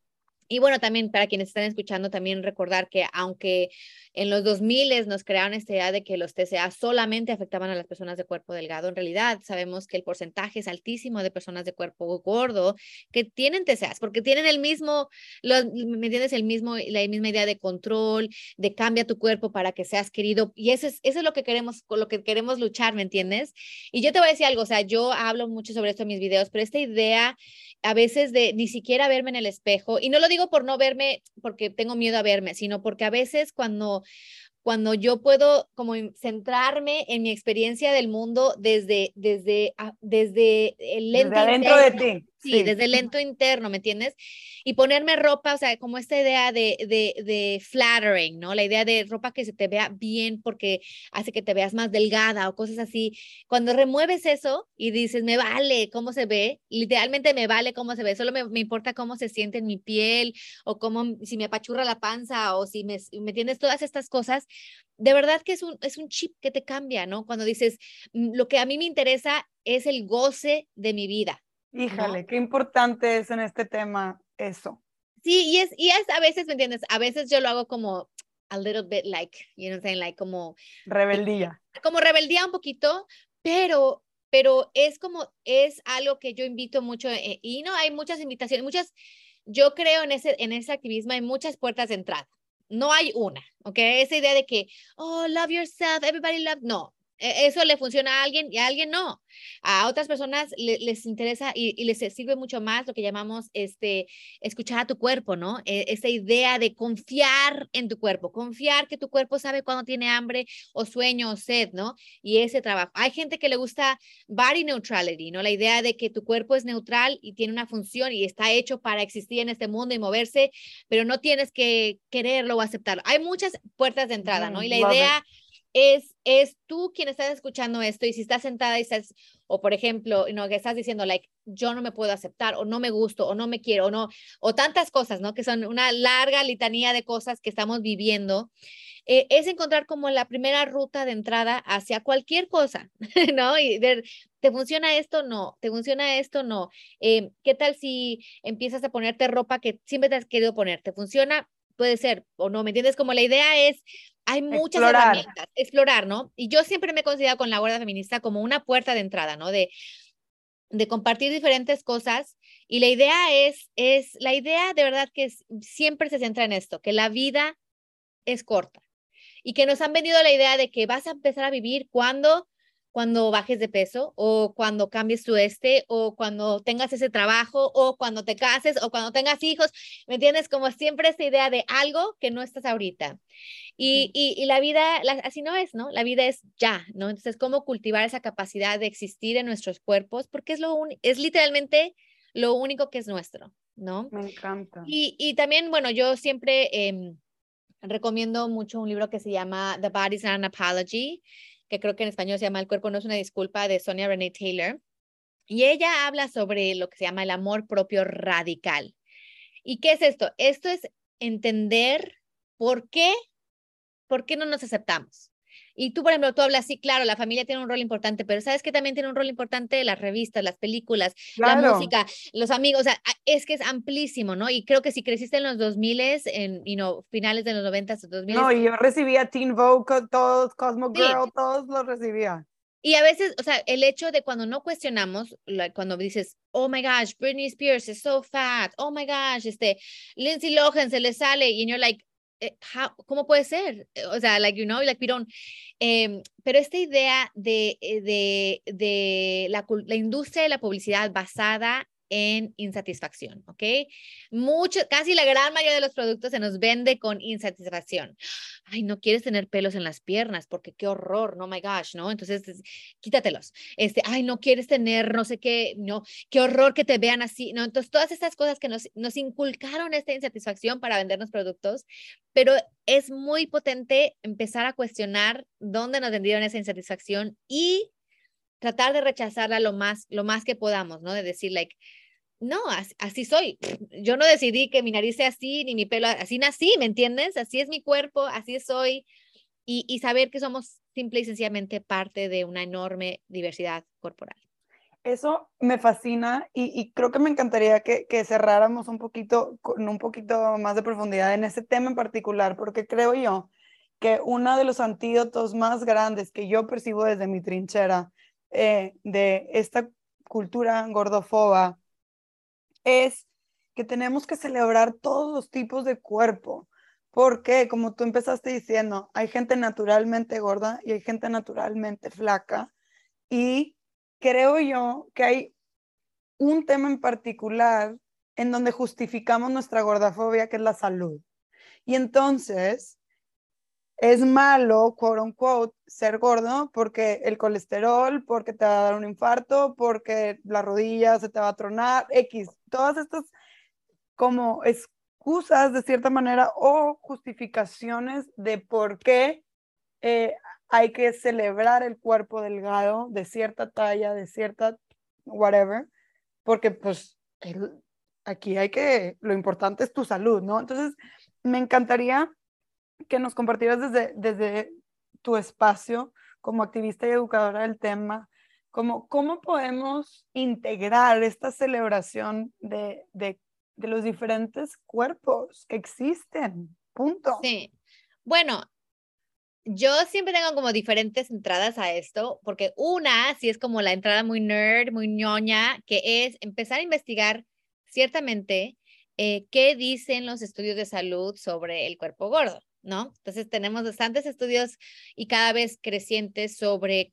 Y bueno, también para quienes están escuchando, también recordar que aunque en los dos mil nos crearon esta idea de que los T C A solamente afectaban a las personas de cuerpo delgado, en realidad sabemos que el porcentaje es altísimo de personas de cuerpo gordo que tienen T C As, porque tienen el mismo, lo, ¿me entiendes? El mismo, la misma idea de control, de cambia tu cuerpo para que seas querido. Y eso es, eso es lo que queremos, con lo que queremos luchar, ¿me entiendes? Y yo te voy a decir algo, o sea, yo hablo mucho sobre esto en mis videos, pero esta idea a veces de ni siquiera verme en el espejo, y no lo digo por no verme porque tengo miedo a verme, sino porque a veces cuando, cuando yo puedo como centrarme en mi experiencia del mundo desde, desde, desde el lente desde adentro interno, de ti. sí, Sí. desde el lento interno, ¿me entiendes? Y ponerme ropa, o sea, como esta idea de, de, de flattering, ¿no? La idea de ropa que se te vea bien porque hace que te veas más delgada o cosas así. Cuando remueves eso y dices, me vale cómo se ve, literalmente me vale cómo se ve, solo me, me importa cómo se siente en mi piel o cómo, si me apachurra la panza o si me, me tienes todas estas cosas, de verdad que es un, es un chip que te cambia, ¿no? Cuando dices, lo que a mí me interesa es el goce de mi vida. Híjole, ¿no? qué importante es en este tema eso. Sí, y es, y es a veces, ¿me entiendes? A veces yo lo hago como a little bit like, you know what I'm saying, like como rebeldía. Como rebeldía un poquito, pero, pero es como, es algo que yo invito mucho, eh, y no, hay muchas invitaciones, muchas, yo creo en ese, en ese activismo, hay muchas puertas de entrada. No hay una, ¿ok? Esa idea de que, oh, love yourself, everybody love, no. Eso le funciona a alguien y a alguien no. A otras personas le, les interesa y, y les sirve mucho más lo que llamamos este, escuchar a tu cuerpo, ¿no? E, esa idea de confiar en tu cuerpo, confiar que tu cuerpo sabe cuando tiene hambre o sueño o sed, ¿no? Y ese trabajo. Hay gente que le gusta body neutrality, ¿no? La idea de que tu cuerpo es neutral y tiene una función y está hecho para existir en este mundo y moverse, pero no tienes que quererlo o aceptarlo. Hay muchas puertas de entrada, ¿no? Y la Love idea... it. Es, es tú quien estás escuchando esto y si estás sentada y estás, o por ejemplo, ¿no? que estás diciendo, like, yo no me puedo aceptar o no me gusto o no me quiero o no, o tantas cosas, ¿no? Que son una larga litanía de cosas que estamos viviendo. Eh, es encontrar como la primera ruta de entrada hacia cualquier cosa, ¿no? Y ver, ¿te funciona esto? No. ¿Te funciona esto? No. Eh, ¿qué tal si empiezas a ponerte ropa que siempre te has querido poner? ¿Te funciona? Puede ser o no, ¿me entiendes? Como la idea es, hay muchas Explorar. herramientas, explorar, ¿no? Y yo siempre me he considerado con la Guardia Feminista como una puerta de entrada, ¿no? De, de compartir diferentes cosas y la idea es, es, la idea de verdad que es, siempre se centra en esto, que la vida es corta y que nos han vendido la idea de que vas a empezar a vivir cuando cuando bajes de peso o cuando cambies tu este o cuando tengas ese trabajo o cuando te cases o cuando tengas hijos, ¿me entiendes? Como siempre esta idea de algo que no estás ahorita. Y, y, y la vida, la, así no es, ¿no? La vida es ya, ¿no? Entonces, ¿cómo cultivar esa capacidad de existir en nuestros cuerpos? Porque es, lo un, es literalmente lo único que es nuestro, ¿no? Me encanta. Y, y también, bueno, yo siempre... Eh, recomiendo mucho un libro que se llama The Body's Not an Apology, que creo que en español se llama El cuerpo no es una disculpa, de Sonia Renee Taylor. Y ella habla sobre lo que se llama el amor propio radical. ¿Y qué es esto? Esto es entender por qué, por qué no nos aceptamos. Y tú, por ejemplo, tú hablas, sí, claro, la familia tiene un rol importante, pero ¿sabes qué también tiene un rol importante? Las revistas, las películas, claro. la música, los amigos, o sea, es que es amplísimo, ¿no? Y creo que si creciste en los dos mil, en, you know, finales de los noventa, dos mil. No, y yo recibía Teen Vogue, todos, Cosmo Sí. Girl, todos los recibía. Y a veces, o sea, el hecho de cuando no cuestionamos, like, cuando dices, oh my gosh, Britney Spears is so fat, oh my gosh, este, Lindsay Lohan se le sale, y you're like, how, ¿cómo puede ser? O sea, like, you know, like, we don't, eh, pero esta idea de, de, de la, la industria de la publicidad basada en insatisfacción, ¿ok? Mucho, casi la gran mayoría de los productos se nos vende con insatisfacción. Ay, no quieres tener pelos en las piernas porque qué horror, no, my gosh, ¿no? Entonces, es, quítatelos. Este, ay, no quieres tener no sé qué, no, qué horror que te vean así, ¿no? Entonces, todas estas cosas que nos, nos inculcaron esta insatisfacción para vendernos productos, pero es muy potente empezar a cuestionar dónde nos vendieron esa insatisfacción y tratar de rechazarla lo más, lo más que podamos, ¿no? De decir, like, no, así, así soy. Yo no decidí que mi nariz sea así, ni mi pelo, así nací, ¿me entiendes? Así es mi cuerpo, así soy. Y, y saber que somos simple y sencillamente parte de una enorme diversidad corporal. Eso me fascina y, y creo que me encantaría que, que cerráramos un poquito, con un poquito más de profundidad en ese tema en particular, porque creo yo que uno de los antídotos más grandes que yo percibo desde mi trinchera eh, de esta cultura gordofoba es que tenemos que celebrar todos los tipos de cuerpo, porque como tú empezaste diciendo, hay gente naturalmente gorda y hay gente naturalmente flaca, y creo yo que hay un tema en particular en donde justificamos nuestra gordofobia, que es la salud. Y entonces es malo, quote unquote, ser gordo porque el colesterol, porque te va a dar un infarto, porque la rodilla se te va a tronar, X. Todas estas como excusas de cierta manera o justificaciones de por qué eh, hay que celebrar el cuerpo delgado de cierta talla, de cierta whatever, porque pues el, aquí hay que, lo importante es tu salud, ¿no? Entonces, me encantaría que nos compartieras desde, desde tu espacio como activista y educadora del tema, como, cómo podemos integrar esta celebración de, de, de los diferentes cuerpos que existen, punto. Sí, bueno, yo siempre tengo como diferentes entradas a esto, porque una sí es como la entrada muy nerd, muy ñoña, que es empezar a investigar ciertamente eh, qué dicen los estudios de salud sobre el cuerpo gordo, ¿no? Entonces tenemos bastantes estudios y cada vez crecientes sobre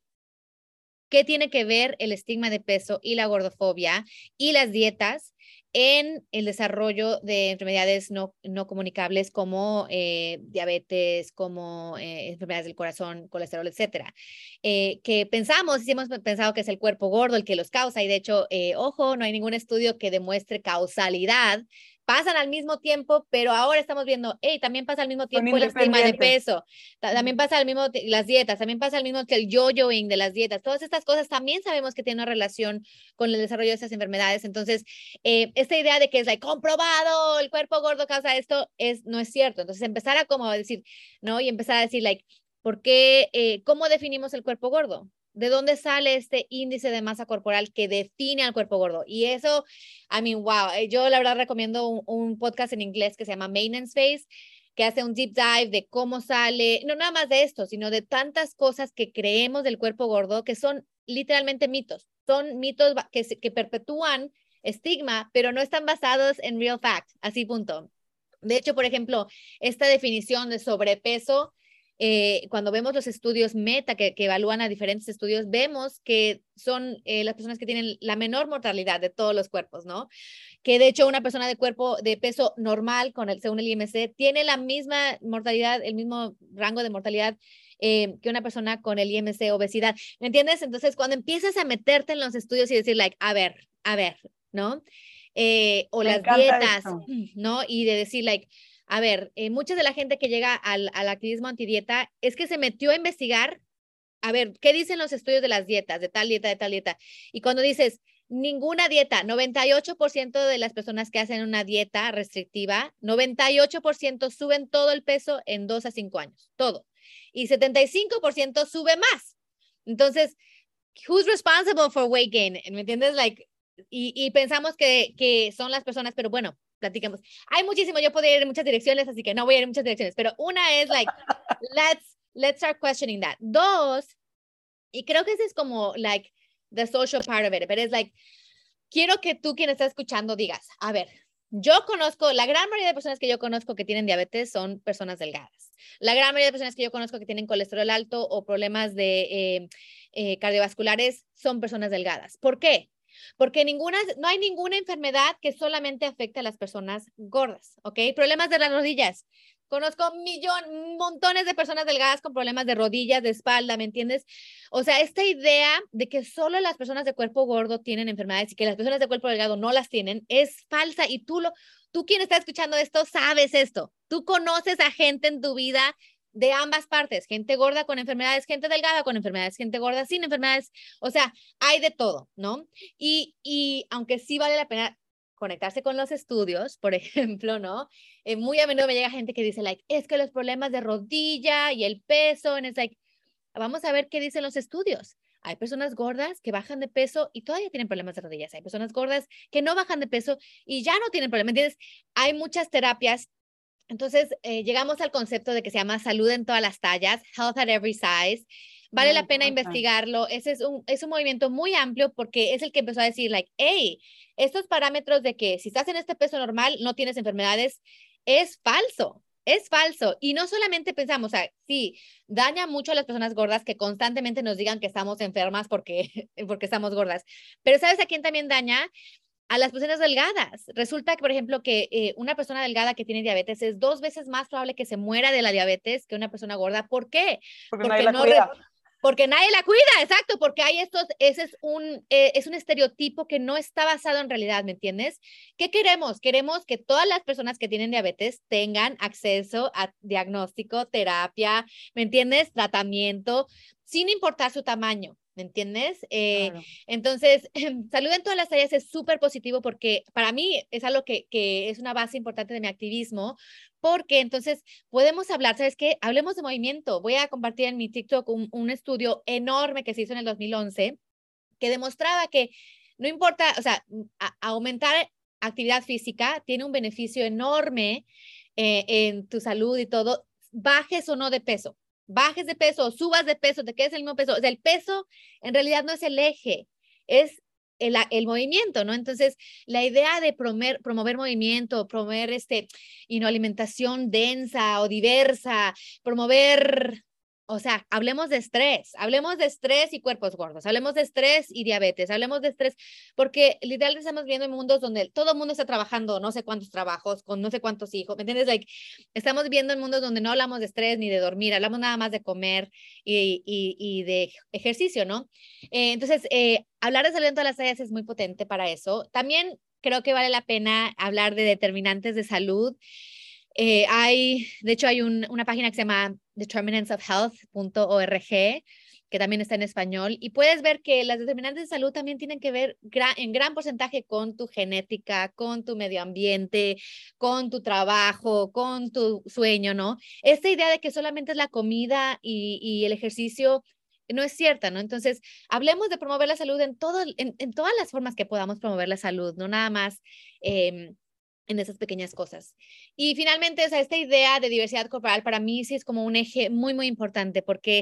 qué tiene que ver el estigma de peso y la gordofobia y las dietas en el desarrollo de enfermedades no, no comunicables como eh, diabetes, como eh, enfermedades del corazón, colesterol, etcétera. Eh, que pensamos, sí hemos pensado que es el cuerpo gordo el que los causa y de hecho, eh, ojo, no hay ningún estudio que demuestre causalidad. Pasan al mismo tiempo, pero ahora estamos viendo, hey, también pasa al mismo tiempo el estigma de peso, también pasa al mismo, las dietas, también pasa al mismo que el yo-yoing de las dietas, todas estas cosas también sabemos que tienen una relación con el desarrollo de estas enfermedades, entonces, eh, esta idea de que es like, comprobado, el cuerpo gordo causa esto, es, no es cierto, entonces empezar a como decir, ¿no? Y empezar a decir, like, ¿por qué, eh, cómo definimos el cuerpo gordo? ¿De dónde sale este índice de masa corporal que define al cuerpo gordo? Y eso, I mean, wow, yo la verdad recomiendo un, un podcast en inglés que se llama Maintenance Phase, que hace un deep dive de cómo sale, no nada más de esto, sino de tantas cosas que creemos del cuerpo gordo que son literalmente mitos, son mitos que, que perpetúan estigma, pero no están basados en real fact, así punto. De hecho, por ejemplo, esta definición de sobrepeso, eh, cuando vemos los estudios meta que, que evalúan a diferentes estudios, vemos que son eh, las personas que tienen la menor mortalidad de todos los cuerpos, ¿no? Que de hecho una persona de cuerpo de peso normal, con el, según el I M C, tiene la misma mortalidad, el mismo rango de mortalidad eh, que una persona con el I M C obesidad. ¿Me entiendes? Entonces, cuando empiezas a meterte en los estudios y decir, like, a ver, a ver, ¿no? Eh, o Me las encanta dietas, esto. ¿no? Y de decir, like, a ver, eh, mucha de la gente que llega al, al activismo antidieta es que se metió a investigar, a ver, ¿qué dicen los estudios de las dietas, de tal dieta, de tal dieta? Y cuando dices, ninguna dieta, noventa y ocho por ciento de las personas que hacen una dieta restrictiva, noventa y ocho por ciento suben todo el peso en dos a cinco años, todo. Y setenta y cinco por ciento sube más. Entonces, who's responsible for weight gain? ¿Me entiendes? Like, y, y pensamos que, que son las personas, pero bueno, platicamos. Hay muchísimo, yo podría ir en muchas direcciones, así que no voy a ir en muchas direcciones, pero una es like, let's, let's start questioning that. Dos, y creo que ese es como, like, the social part of it, but it's like, quiero que tú, quien está escuchando, digas, a ver, yo conozco, la gran mayoría de personas que yo conozco que tienen diabetes son personas delgadas. La gran mayoría de personas que yo conozco que tienen colesterol alto o problemas de eh, eh, cardiovasculares son personas delgadas. ¿Por qué? Porque ninguna, no hay ninguna enfermedad que solamente afecte a las personas gordas, ¿ok? Problemas de las rodillas. Conozco millón, montones de personas delgadas con problemas de rodillas, de espalda, ¿me entiendes? O sea, esta idea de que solo las personas de cuerpo gordo tienen enfermedades y que las personas de cuerpo delgado no las tienen es falsa y tú, lo, tú quien está escuchando esto sabes esto. Tú conoces a gente en tu vida de ambas partes, gente gorda con enfermedades, gente delgada con enfermedades, gente gorda sin enfermedades, o sea, hay de todo, ¿no? Y, y aunque sí vale la pena conectarse con los estudios, por ejemplo, ¿no? Eh, muy a menudo me llega gente que dice, like, es que los problemas de rodilla y el peso, and it's like, vamos a ver qué dicen los estudios. Hay personas gordas que bajan de peso y todavía tienen problemas de rodillas. Hay personas gordas que no bajan de peso y ya no tienen problemas. ¿Entiendes? Hay muchas terapias. Entonces, eh, llegamos al concepto de que se llama salud en todas las tallas, health at every size. Vale Me la pena encanta. investigarlo. Ese es un, es un movimiento muy amplio porque es el que empezó a decir, like, hey, estos parámetros de que si estás en este peso normal no tienes enfermedades, es falso. Es falso. Y no solamente pensamos, o sea, sí, daña mucho a las personas gordas que constantemente nos digan que estamos enfermas porque, porque estamos gordas. Pero ¿sabes a quién también daña? A las personas delgadas. Resulta que, por ejemplo, que eh, una persona delgada que tiene diabetes es dos veces más probable que se muera de la diabetes que una persona gorda. ¿Por qué? Porque nadie Porque la no re- cuida. porque nadie la cuida, exacto, porque hay estos, ese es un, eh, es un estereotipo que no está basado en realidad, ¿me entiendes? ¿Qué queremos? Queremos que todas las personas que tienen diabetes tengan acceso a diagnóstico, terapia, ¿me entiendes? Tratamiento, sin importar su tamaño. ¿Me entiendes? Eh, Claro. entonces, salud en todas las tallas es súper positivo porque para mí es algo que, que es una base importante de mi activismo, porque entonces podemos hablar, ¿sabes qué? Hablemos de movimiento. Voy a compartir en mi TikTok un, un estudio enorme que se hizo en el dos mil once que demostraba que no importa, o sea, a, aumentar actividad física tiene un beneficio enorme eh, en tu salud y todo, bajes o no de peso. Bajes de peso, subas de peso, te quedes el mismo peso. O sea, el peso en realidad no es el eje, es el, el movimiento, ¿no? Entonces, la idea de promover, promover movimiento, promover este, y no alimentación densa o diversa, promover, o sea, hablemos de estrés, hablemos de estrés y cuerpos gordos, hablemos de estrés y diabetes, hablemos de estrés, porque literalmente estamos viendo en mundos donde todo el mundo está trabajando no sé cuántos trabajos, con no sé cuántos hijos, ¿me entiendes? Like, estamos viendo en mundos donde no hablamos de estrés ni de dormir, hablamos nada más de comer y, y, y de ejercicio, ¿no? Eh, entonces, eh, hablar de salud en todas las áreas es muy potente para eso. También creo que vale la pena hablar de determinantes de salud. Eh, hay, de hecho, hay un, una página que se llama determinants of health punto org, que también está en español, y puedes ver que las determinantes de salud también tienen que ver gran, en gran porcentaje con tu genética, con tu medio ambiente, con tu trabajo, con tu sueño, ¿no? Esta idea de que solamente es la comida y, y el ejercicio no es cierta, ¿no? Entonces, hablemos de promover la salud en, todo, en, en todas las formas que podamos promover la salud, no nada más eh, en esas pequeñas cosas. Y finalmente, o sea, esta idea de diversidad corporal para mí sí es como un eje muy, muy importante porque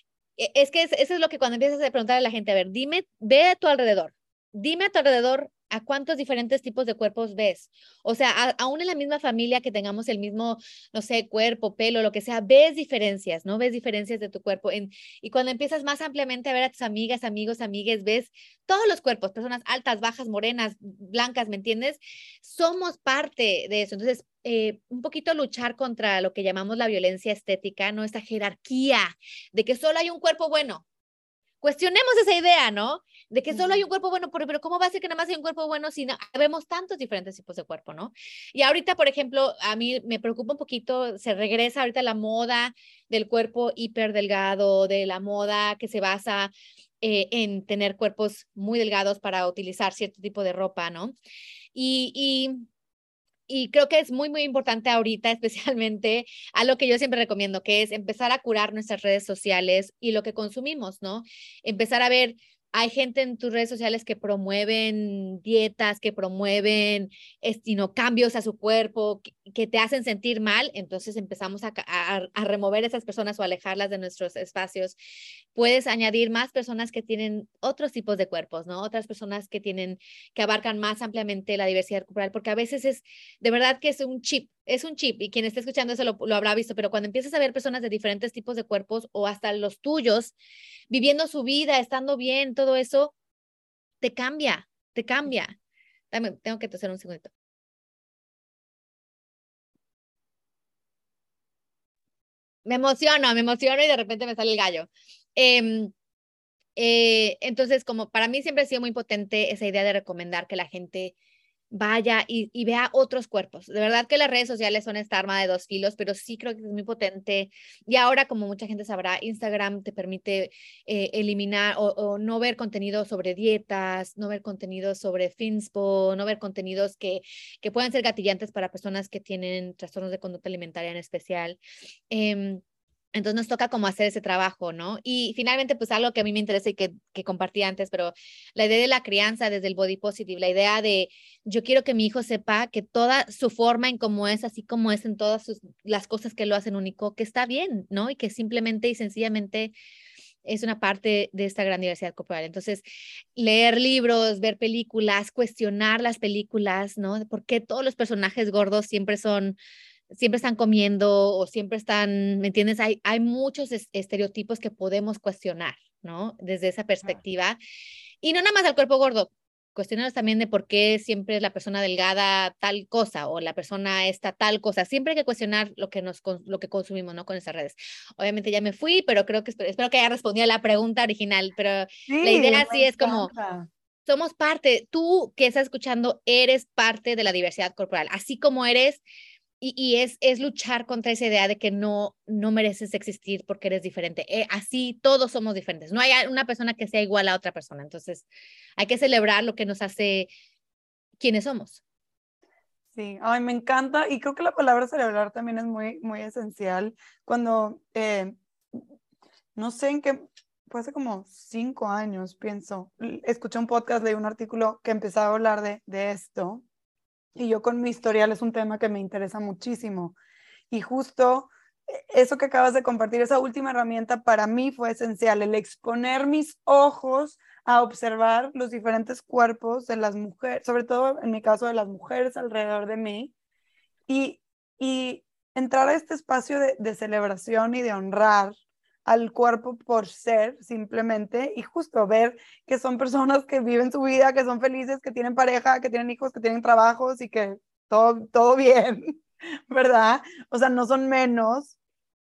es que es, eso es lo que cuando empiezas a preguntar a la gente, a ver, dime, ve a tu alrededor, dime a tu alrededor a cuántos diferentes tipos de cuerpos ves. O sea, a, aún en la misma familia que tengamos el mismo, no sé, cuerpo, pelo, lo que sea, ves diferencias, ¿no? Ves diferencias de tu cuerpo. En, y cuando empiezas más ampliamente a ver a tus amigas, amigos, amigues, ves todos los cuerpos, personas altas, bajas, morenas, blancas, ¿me entiendes? Somos parte de eso. Entonces, eh, un poquito luchar contra lo que llamamos la violencia estética, ¿no? Esta jerarquía de que solo hay un cuerpo bueno. Cuestionemos esa idea, ¿no? De que solo hay un cuerpo bueno, pero, pero ¿cómo va a ser que nada más hay un cuerpo bueno si no, vemos tantos diferentes tipos de cuerpo, ¿no? Y ahorita, por ejemplo, a mí me preocupa un poquito, se regresa ahorita la moda del cuerpo hiperdelgado, de la moda que se basa eh, en tener cuerpos muy delgados para utilizar cierto tipo de ropa, ¿no? Y, y y creo que es muy, muy importante ahorita, especialmente a lo que yo siempre recomiendo, que es empezar a curar nuestras redes sociales y lo que consumimos, ¿no? Empezar a ver, hay gente en tus redes sociales que promueven dietas, que promueven estino, cambios a su cuerpo, que, que te hacen sentir mal, entonces empezamos a, a, a remover esas personas o alejarlas de nuestros espacios. Puedes añadir más personas que tienen otros tipos de cuerpos, ¿no? Otras personas que tienen, que abarcan más ampliamente la diversidad corporal, porque a veces es de verdad que es un chip, es un chip, y quien esté escuchando eso lo, lo habrá visto, pero cuando empiezas a ver personas de diferentes tipos de cuerpos o hasta los tuyos, viviendo su vida, estando bien, todo eso, te cambia, te cambia. Dame, tengo que toser un segundito. Me emociono, me emociono y de repente me sale el gallo. Eh, eh, entonces, como para mí siempre ha sido muy potente esa idea de recomendar que la gente vaya y, y vea otros cuerpos. De verdad que las redes sociales son esta arma de dos filos, pero sí creo que es muy potente. Y ahora, como mucha gente sabrá, Instagram te permite eh, eliminar o, o no ver contenido sobre dietas, no ver contenido sobre Finspo, no ver contenidos que, que puedan ser gatillantes para personas que tienen trastornos de conducta alimentaria en especial. Eh, Entonces nos toca como hacer ese trabajo, ¿no? Y finalmente, pues algo que a mí me interesa y que, que compartí antes, pero la idea de la crianza desde el body positive, la idea de yo quiero que mi hijo sepa que toda su forma en cómo es, así como es en todas sus, las cosas que lo hacen único, que está bien, ¿no? Y que simplemente y sencillamente es una parte de esta gran diversidad corporal. Entonces, leer libros, ver películas, cuestionar las películas, ¿no? ¿Por qué todos los personajes gordos siempre son siempre están comiendo o siempre están, ¿me entiendes? Hay, hay muchos es, estereotipos que podemos cuestionar, ¿no? Desde esa perspectiva. Y no nada más al cuerpo gordo, cuestionarnos también de por qué siempre es la persona delgada tal cosa o la persona esta tal cosa. Siempre hay que cuestionar lo que, nos, lo que consumimos, ¿no? Con esas redes. Obviamente ya me fui, pero creo que espero, espero que haya respondido a la pregunta original, pero Sí, la idea me sí es como encanta. somos parte, tú que estás escuchando, eres parte de la diversidad corporal, así como eres. Y, y es, es luchar contra esa idea de que no, no mereces existir porque eres diferente. Eh, así todos somos diferentes. No hay una persona que sea igual a otra persona. Entonces, hay que celebrar lo que nos hace quienes somos. Sí, ay, me encanta y creo que la palabra celebrar también es muy, muy esencial. Cuando, eh, no sé en qué, fue hace como cinco años, pienso, escuché un podcast, leí un artículo que empezaba a hablar de, de esto y yo con mi historial es un tema que me interesa muchísimo. Y justo eso que acabas de compartir, esa última herramienta para mí fue esencial, el exponer mis ojos a observar los diferentes cuerpos de las mujeres, sobre todo en mi caso de las mujeres alrededor de mí, y, y entrar a este espacio de, de celebración y de honrar al cuerpo por ser simplemente y justo ver que son personas que viven su vida, que son felices, que tienen pareja, que tienen hijos, que tienen trabajos y que todo, todo bien, ¿verdad? O sea, no son menos,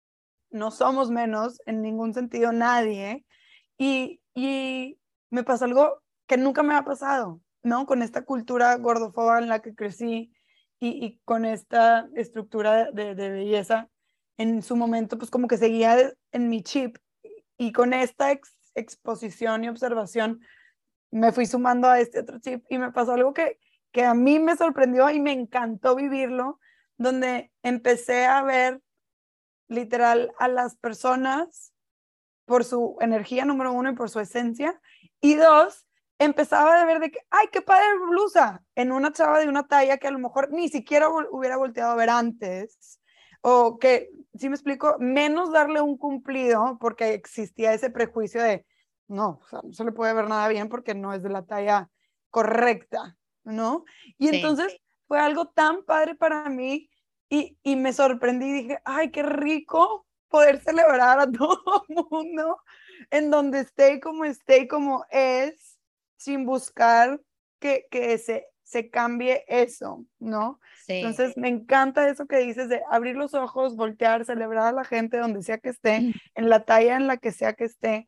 no somos menos en ningún sentido nadie. Y, y me pasó algo que nunca me ha pasado, ¿no? Con esta cultura gordofoba en la que crecí y, y con esta estructura de, de belleza, en su momento, pues como que seguía en mi chip y con esta ex, exposición y observación me fui sumando a este otro chip y me pasó algo que, que a mí me sorprendió y me encantó vivirlo, donde empecé a ver literal a las personas por su energía, número uno, y por su esencia. Y dos, empezaba a ver de que, ay, qué padre blusa, en una chava de una talla que a lo mejor ni siquiera hubiera volteado a ver antes. O que, si me explico, menos darle un cumplido porque existía ese prejuicio de, no, o sea, no se le puede ver nada bien porque no es de la talla correcta, ¿no? Y Sí. entonces fue algo tan padre para mí y, y me sorprendí y dije, ay, qué rico poder celebrar a todo el mundo en donde esté como esté como es, sin buscar que, que se, se cambie eso, ¿no? Sí. Entonces me encanta eso que dices de abrir los ojos, voltear, celebrar a la gente donde sea que esté, en la talla en la que sea que esté.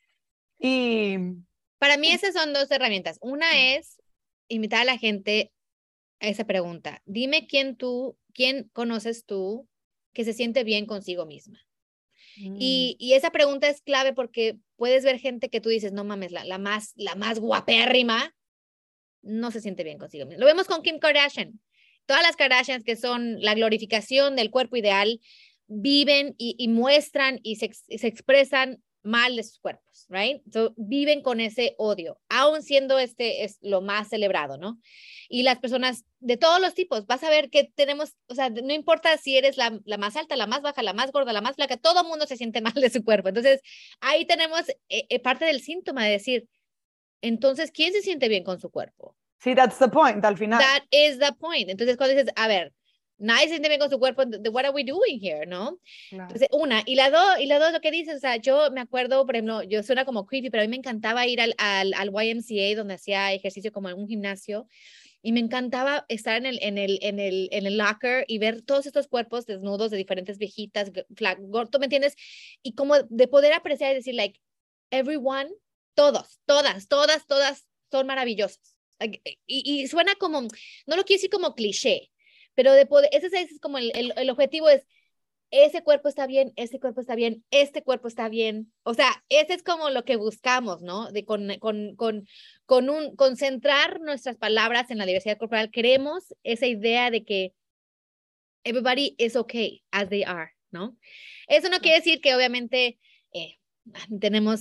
Y para mí esas son dos herramientas. Una es invitar a la gente a esa pregunta. Dime quién tú, quién conoces tú que se siente bien consigo misma. Mm. Y, y esa pregunta es clave porque puedes ver gente que tú dices, no mames, la, la, más, la más guapérrima no se siente bien consigo misma. Lo vemos con Kim Kardashian. Todas las Kardashians que son la glorificación del cuerpo ideal viven y, y muestran y se, y se expresan mal de sus cuerpos, right? So, viven con ese odio, aun siendo este es lo más celebrado, ¿no? Y las personas de todos los tipos, vas a ver que tenemos, o sea, no importa si eres la, la más alta, la más baja, la más gorda, la más flaca, todo el mundo se siente mal de su cuerpo. Entonces, ahí tenemos eh, eh, parte del síntoma de decir, entonces, ¿quién se siente bien con su cuerpo? sí, that's the point, al final. That is the point. Entonces, cuando dices, a ver, nadie se siente bien con su cuerpo, what are we doing here, ¿no? Claro. Entonces, una, y la dos, y la dos, lo que dices, o sea, yo me acuerdo, por ejemplo, yo suena como creepy, pero a mí me encantaba ir al, al, al Y M C A, donde hacía ejercicio como en un gimnasio, y me encantaba estar en el, en el, en el, en el locker y ver todos estos cuerpos desnudos de diferentes viejitas, flag, ¿tú me entiendes? Y como de poder apreciar y decir, like, everyone, todos, todas, todas, todas son maravillosas. Y, y suena como, no lo quiero decir como cliché, pero de poder, ese, ese es como el, el, el objetivo es, ese cuerpo está bien, ese cuerpo está bien, este cuerpo está bien. O sea, ese es como lo que buscamos, ¿no? De con, con, con, con un, concentrar nuestras palabras en la diversidad corporal. Queremos esa idea de que everybody is okay as they are. ¿no? Eso no quiere decir que obviamente eh, tenemos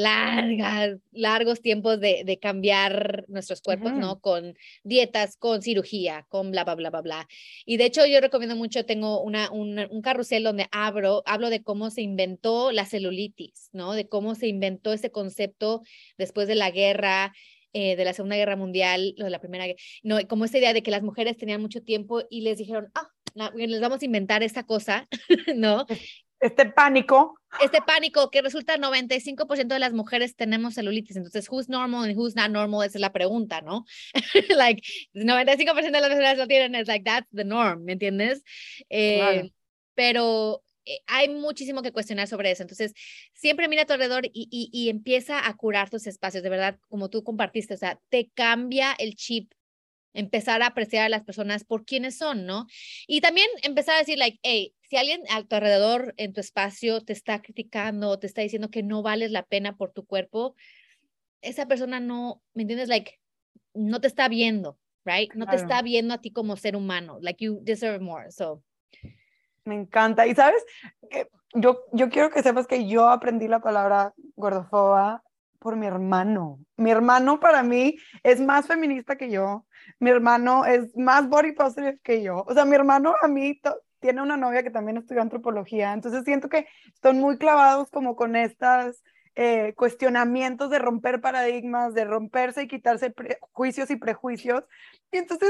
largas, largos tiempos de, de cambiar nuestros cuerpos, Ujú. ¿no? Con dietas, con cirugía, con bla, bla, bla, bla, bla. Y de hecho yo recomiendo mucho, tengo una, una, un carrusel donde abro, hablo de cómo se inventó la celulitis, ¿no? De cómo se inventó ese concepto después de la guerra, eh, de la Segunda Guerra Mundial, lo de la Primera Guerra, no, como esta idea de que las mujeres tenían mucho tiempo y les dijeron, ah, no, les vamos a inventar esta cosa, ¿no? Este pánico. Este pánico que resulta noventa y cinco por ciento de las mujeres tenemos celulitis. Entonces, who's normal and who's not normal, esa es la pregunta, ¿no? Like, noventa y cinco por ciento de las personas lo tienen, es like, that's the norm, ¿me entiendes? Eh, Claro. pero eh, hay muchísimo que cuestionar sobre eso. Entonces, siempre mira a tu alrededor y, y, y empieza a curar tus espacios, de verdad, como tú compartiste, o sea, te cambia el chip empezar a apreciar a las personas por quienes son, ¿no? Y también empezar a decir, like, hey, si alguien a tu alrededor, en tu espacio, te está criticando, te está diciendo que no vales la pena por tu cuerpo, esa persona no, ¿me entiendes? Like, no te está viendo, right? No te Claro. está viendo a ti como ser humano. Like, you deserve more, so. Me encanta. Y sabes, que yo, yo quiero que sepas que yo aprendí la palabra gordofoba por mi hermano. Mi hermano para mí es más feminista que yo. Mi hermano es más body positive que yo. O sea, mi hermano a mí tiene una novia que también estudió antropología. Entonces siento que están muy clavados como con estas eh, cuestionamientos de romper paradigmas, de romperse y quitarse juicios y prejuicios. Y entonces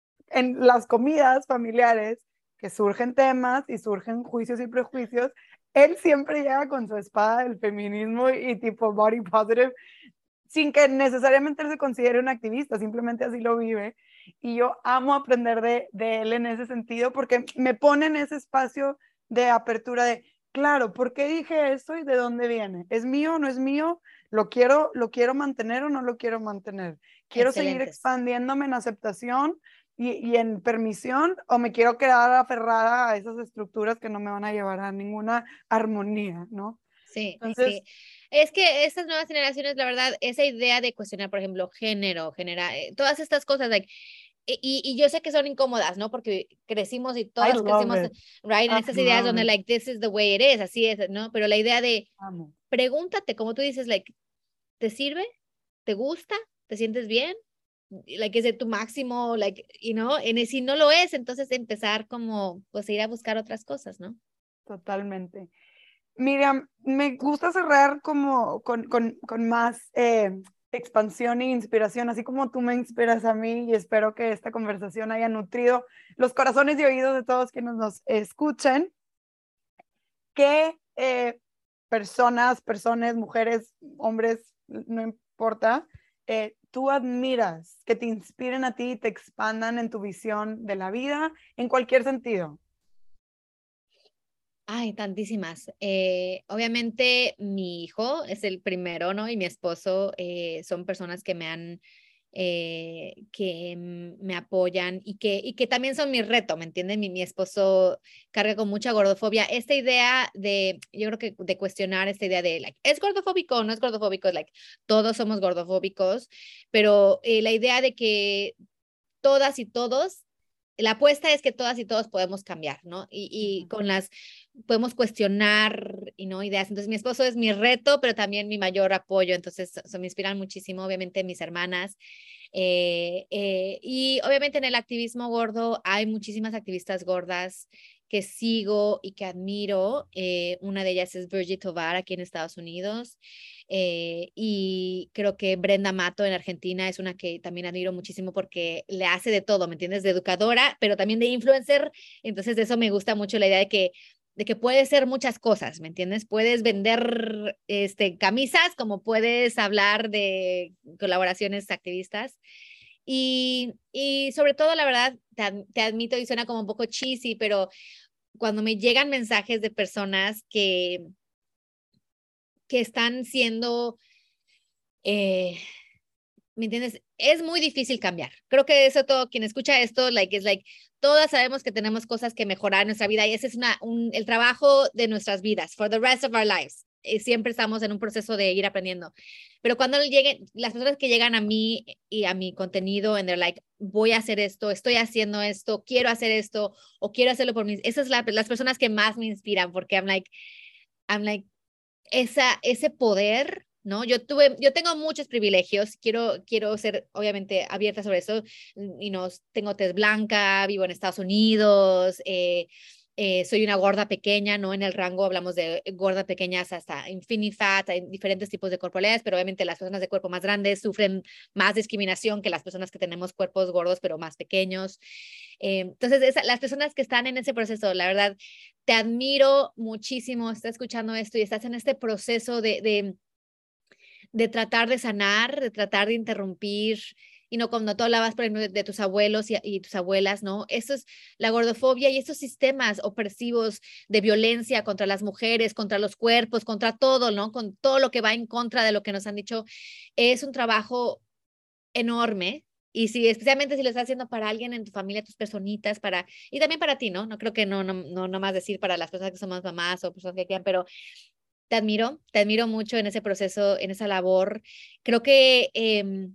en las comidas familiares que surgen temas y surgen juicios y prejuicios, él siempre llega con su espada del feminismo y, y tipo body positive, sin que necesariamente él se considere un activista, simplemente así lo vive. Y yo amo aprender de, de él en ese sentido porque me pone en ese espacio de apertura de, claro, ¿por qué dije eso y de dónde viene? ¿Es mío o no es mío? ¿Lo quiero, lo quiero mantener o no lo quiero mantener? ¿Quiero seguir Excelentes. expandiéndome en aceptación y, y en permisión o me quiero quedar aferrada a esas estructuras que no me van a llevar a ninguna armonía, ¿no? Sí, Entonces, sí. Es que estas nuevas generaciones, la verdad, esa idea de cuestionar, por ejemplo, género, genera, eh, todas estas cosas, like, y, y yo sé que son incómodas, ¿no? Porque crecimos y I todas love crecimos, it. right, en I estas ideas love donde, it. like, this is the way it is, así es, ¿no? Pero la idea de, Amo. pregúntate, como tú dices, like, ¿te sirve? ¿Te gusta? ¿Te sientes bien? Like, ¿es de tu máximo? Like, you know, en, si no lo es, entonces empezar como, pues, ir a buscar otras cosas, ¿no? Totalmente. Miriam, me gusta cerrar como con, con, con más eh, expansión e inspiración, así como tú me inspiras a mí y espero que esta conversación haya nutrido los corazones y oídos de todos quienes nos escuchen. ¿Qué eh, personas, personas, mujeres, hombres, no importa, eh, tú admiras que te inspiren a ti y te expandan en tu visión de la vida en cualquier sentido? Ay, tantísimas. Eh, obviamente mi hijo es el primero, ¿no? Y mi esposo eh, son personas que me han, eh, que mm, me apoyan y que, y que también son mi reto, ¿me entienden? Mi, mi esposo carga con mucha gordofobia. Esta idea de, yo creo que de cuestionar esta idea de, like, ¿es gordofóbico o no es gordofóbico? Es like, todos somos gordofóbicos, pero eh, la idea de que todas y todos, la apuesta es que todas y todos podemos cambiar, ¿no? Y, y con las, podemos cuestionar, y no ideas. Entonces mi esposo es mi reto, pero también mi mayor apoyo. Entonces se me inspiran muchísimo, obviamente, mis hermanas. Eh, eh, y obviamente en el activismo gordo hay muchísimas activistas gordas que sigo y que admiro. Eh, una de ellas es Virgie Tovar aquí en Estados Unidos. Eh, y creo que Brenda Mato en Argentina es una que también admiro muchísimo porque le hace de todo, ¿me entiendes? De educadora, pero también de influencer. Entonces de eso me gusta mucho la idea de que de que puedes ser muchas cosas, ¿me entiendes? Puedes vender este, camisas, como puedes hablar de colaboraciones activistas. Y, y sobre todo, la verdad, te, te admito y suena como un poco cheesy, pero cuando me llegan mensajes de personas que, que están siendo, eh, ¿me entiendes? Es muy difícil cambiar. Creo que eso todo, quien escucha esto, like, es like, todas sabemos que tenemos cosas que mejorar en nuestra vida y ese es una, un, el trabajo de nuestras vidas, for the rest of our lives. eh, siempre estamos en un proceso de ir aprendiendo. Pero cuando lleguen, las personas que llegan a mí y a mi contenido, and they're like, voy a hacer esto, estoy haciendo esto, quiero hacer esto, o quiero hacerlo por mí, esas son la, las personas que más me inspiran, porque I'm like, I'm like, esa, ese poder, ¿no? Yo tuve, yo tengo muchos privilegios, quiero, quiero ser obviamente abierta sobre eso, y no, tengo tez blanca, vivo en Estados Unidos, eh, Eh, soy una gorda pequeña, ¿no? En el rango hablamos de gordas pequeñas hasta infinity fat, hay diferentes tipos de corporalidades, pero obviamente las personas de cuerpo más grandes sufren más discriminación que las personas que tenemos cuerpos gordos pero más pequeños. Eh, entonces, esa, las personas que están en ese proceso, la verdad, te admiro muchísimo, estás escuchando esto y estás en este proceso de, de, de tratar de sanar, de tratar de interrumpir. Y no, cuando tú hablabas, por ejemplo, de, de tus abuelos y, y tus abuelas, ¿no? Eso es la gordofobia y esos sistemas opresivos de violencia contra las mujeres, contra los cuerpos, contra todo, ¿no? Con todo lo que va en contra de lo que nos han dicho. Es un trabajo enorme. Y si, especialmente si lo estás haciendo para alguien en tu familia, tus personitas, para, y también para ti, ¿no? No creo que no, no, no, no más decir para las personas que somos mamás o personas que quieran, pero te admiro, te admiro mucho en ese proceso, en esa labor. Creo que... Eh,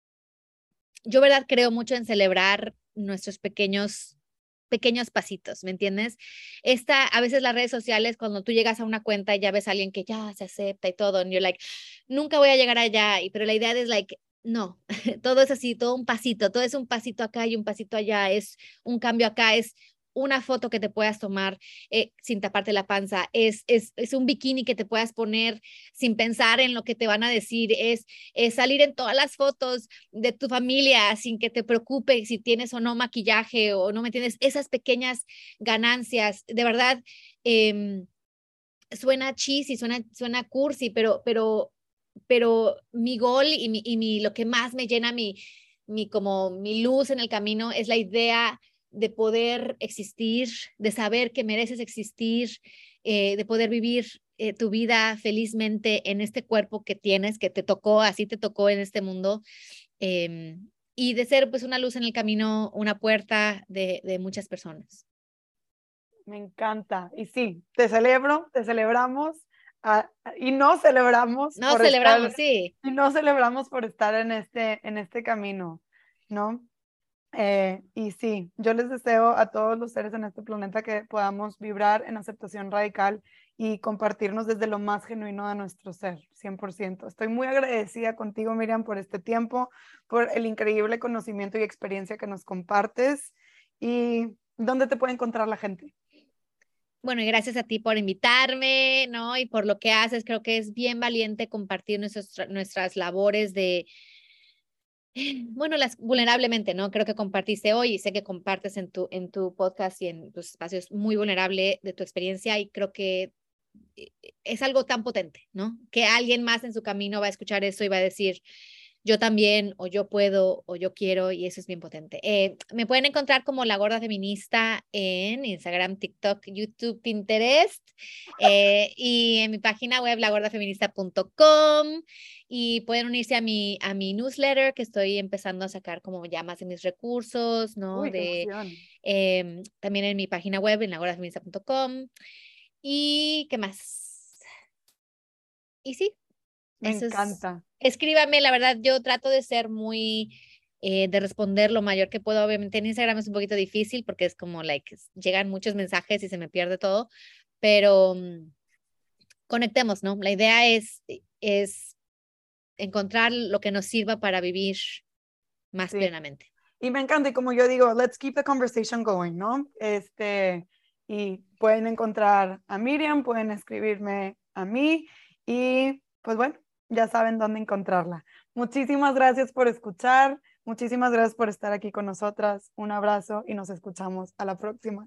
Yo, verdad, creo mucho en celebrar nuestros pequeños, pequeños pasitos, ¿me entiendes? Esta, a veces las redes sociales, cuando tú llegas a una cuenta y ya ves a alguien que ya se acepta y todo, and you're like, nunca voy a llegar allá, y, pero la idea es like, no, todo es así, todo un pasito, todo es un pasito acá y un pasito allá, es un cambio acá, es una foto que te puedas tomar eh, sin taparte la panza, es, es, es un bikini que te puedas poner sin pensar en lo que te van a decir, es, es salir en todas las fotos de tu familia sin que te preocupe si tienes o no maquillaje o no me entiendes, esas pequeñas ganancias, de verdad, eh, suena cheesy, suena, suena cursi, pero, pero, pero mi gol y, mi, y mi, lo que más me llena mi, mi, como mi luz en el camino es la idea de poder existir, de saber que mereces existir, eh, de poder vivir eh, tu vida felizmente en este cuerpo que tienes, que te tocó, así te tocó en este mundo, eh, y de ser pues una luz en el camino, una puerta de, de muchas personas. Me encanta. Y sí, te celebro, te celebramos uh, y no celebramos. No celebramos, estar, sí. Y no celebramos por estar en este, en este camino, ¿no? Eh, y sí, yo les deseo a todos los seres en este planeta que podamos vibrar en aceptación radical y compartirnos desde lo más genuino de nuestro ser, cien por ciento. Estoy muy agradecida contigo, Miriam, por este tiempo, por el increíble conocimiento y experiencia que nos compartes. ¿Y dónde te puede encontrar la gente? Bueno, y gracias a ti por invitarme, ¿no? Y por lo que haces. Creo que es bien valiente compartir nuestros, nuestras labores de... Bueno, las vulnerablemente, ¿no? Creo que compartiste hoy y sé que compartes en tu, en tu podcast y en tus espacios muy vulnerable de tu experiencia y creo que es algo tan potente, ¿no? Que alguien más en su camino va a escuchar eso y va a decir, yo también, o yo puedo, o yo quiero, y eso es bien potente. Eh, me pueden encontrar como La Gorda Feminista en Instagram, TikTok, YouTube, Pinterest, eh, y en mi página web, la gorda feminista punto com, y pueden unirse a mi, a mi newsletter, que estoy empezando a sacar como ya más de mis recursos, ¿no? Uy, de, eh, también en mi página web, en la gorda feminista punto com, y ¿qué más? Y sí. Me Eso encanta. Es, escríbame, la verdad, yo trato de ser muy, eh, de responder lo mayor que puedo. Obviamente en Instagram es un poquito difícil porque es como, like, llegan muchos mensajes y se me pierde todo, pero um, conectemos, ¿no? La idea es, es encontrar lo que nos sirva para vivir más sí. plenamente. Y me encanta, y como yo digo, let's keep the conversation going, ¿no? Este, y pueden encontrar a Miriam, pueden escribirme a mí, y pues bueno, ya saben dónde encontrarla. Muchísimas gracias por escuchar, muchísimas gracias por estar aquí con nosotras. Un abrazo y nos escuchamos a la próxima.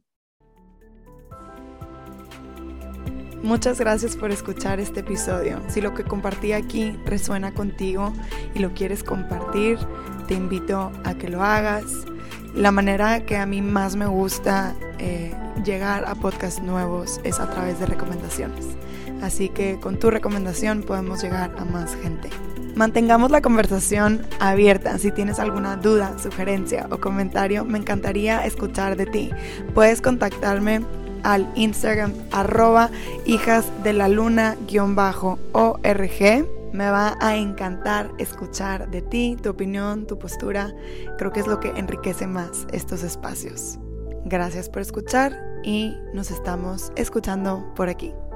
Muchas gracias por escuchar este episodio. Si lo que compartí aquí resuena contigo y lo quieres compartir, te invito a que lo hagas. La manera que a mí más me gusta eh, llegar a podcasts nuevos es a través de recomendaciones. Así que con tu recomendación podemos llegar a más gente. Mantengamos la conversación abierta. Si tienes alguna duda, sugerencia o comentario, me encantaría escuchar de ti. Puedes contactarme al Instagram arroba hijas de la luna guión bajo org. Me va a encantar escuchar de ti, tu opinión, tu postura. Creo que es lo que enriquece más estos espacios. Gracias por escuchar y nos estamos escuchando por aquí.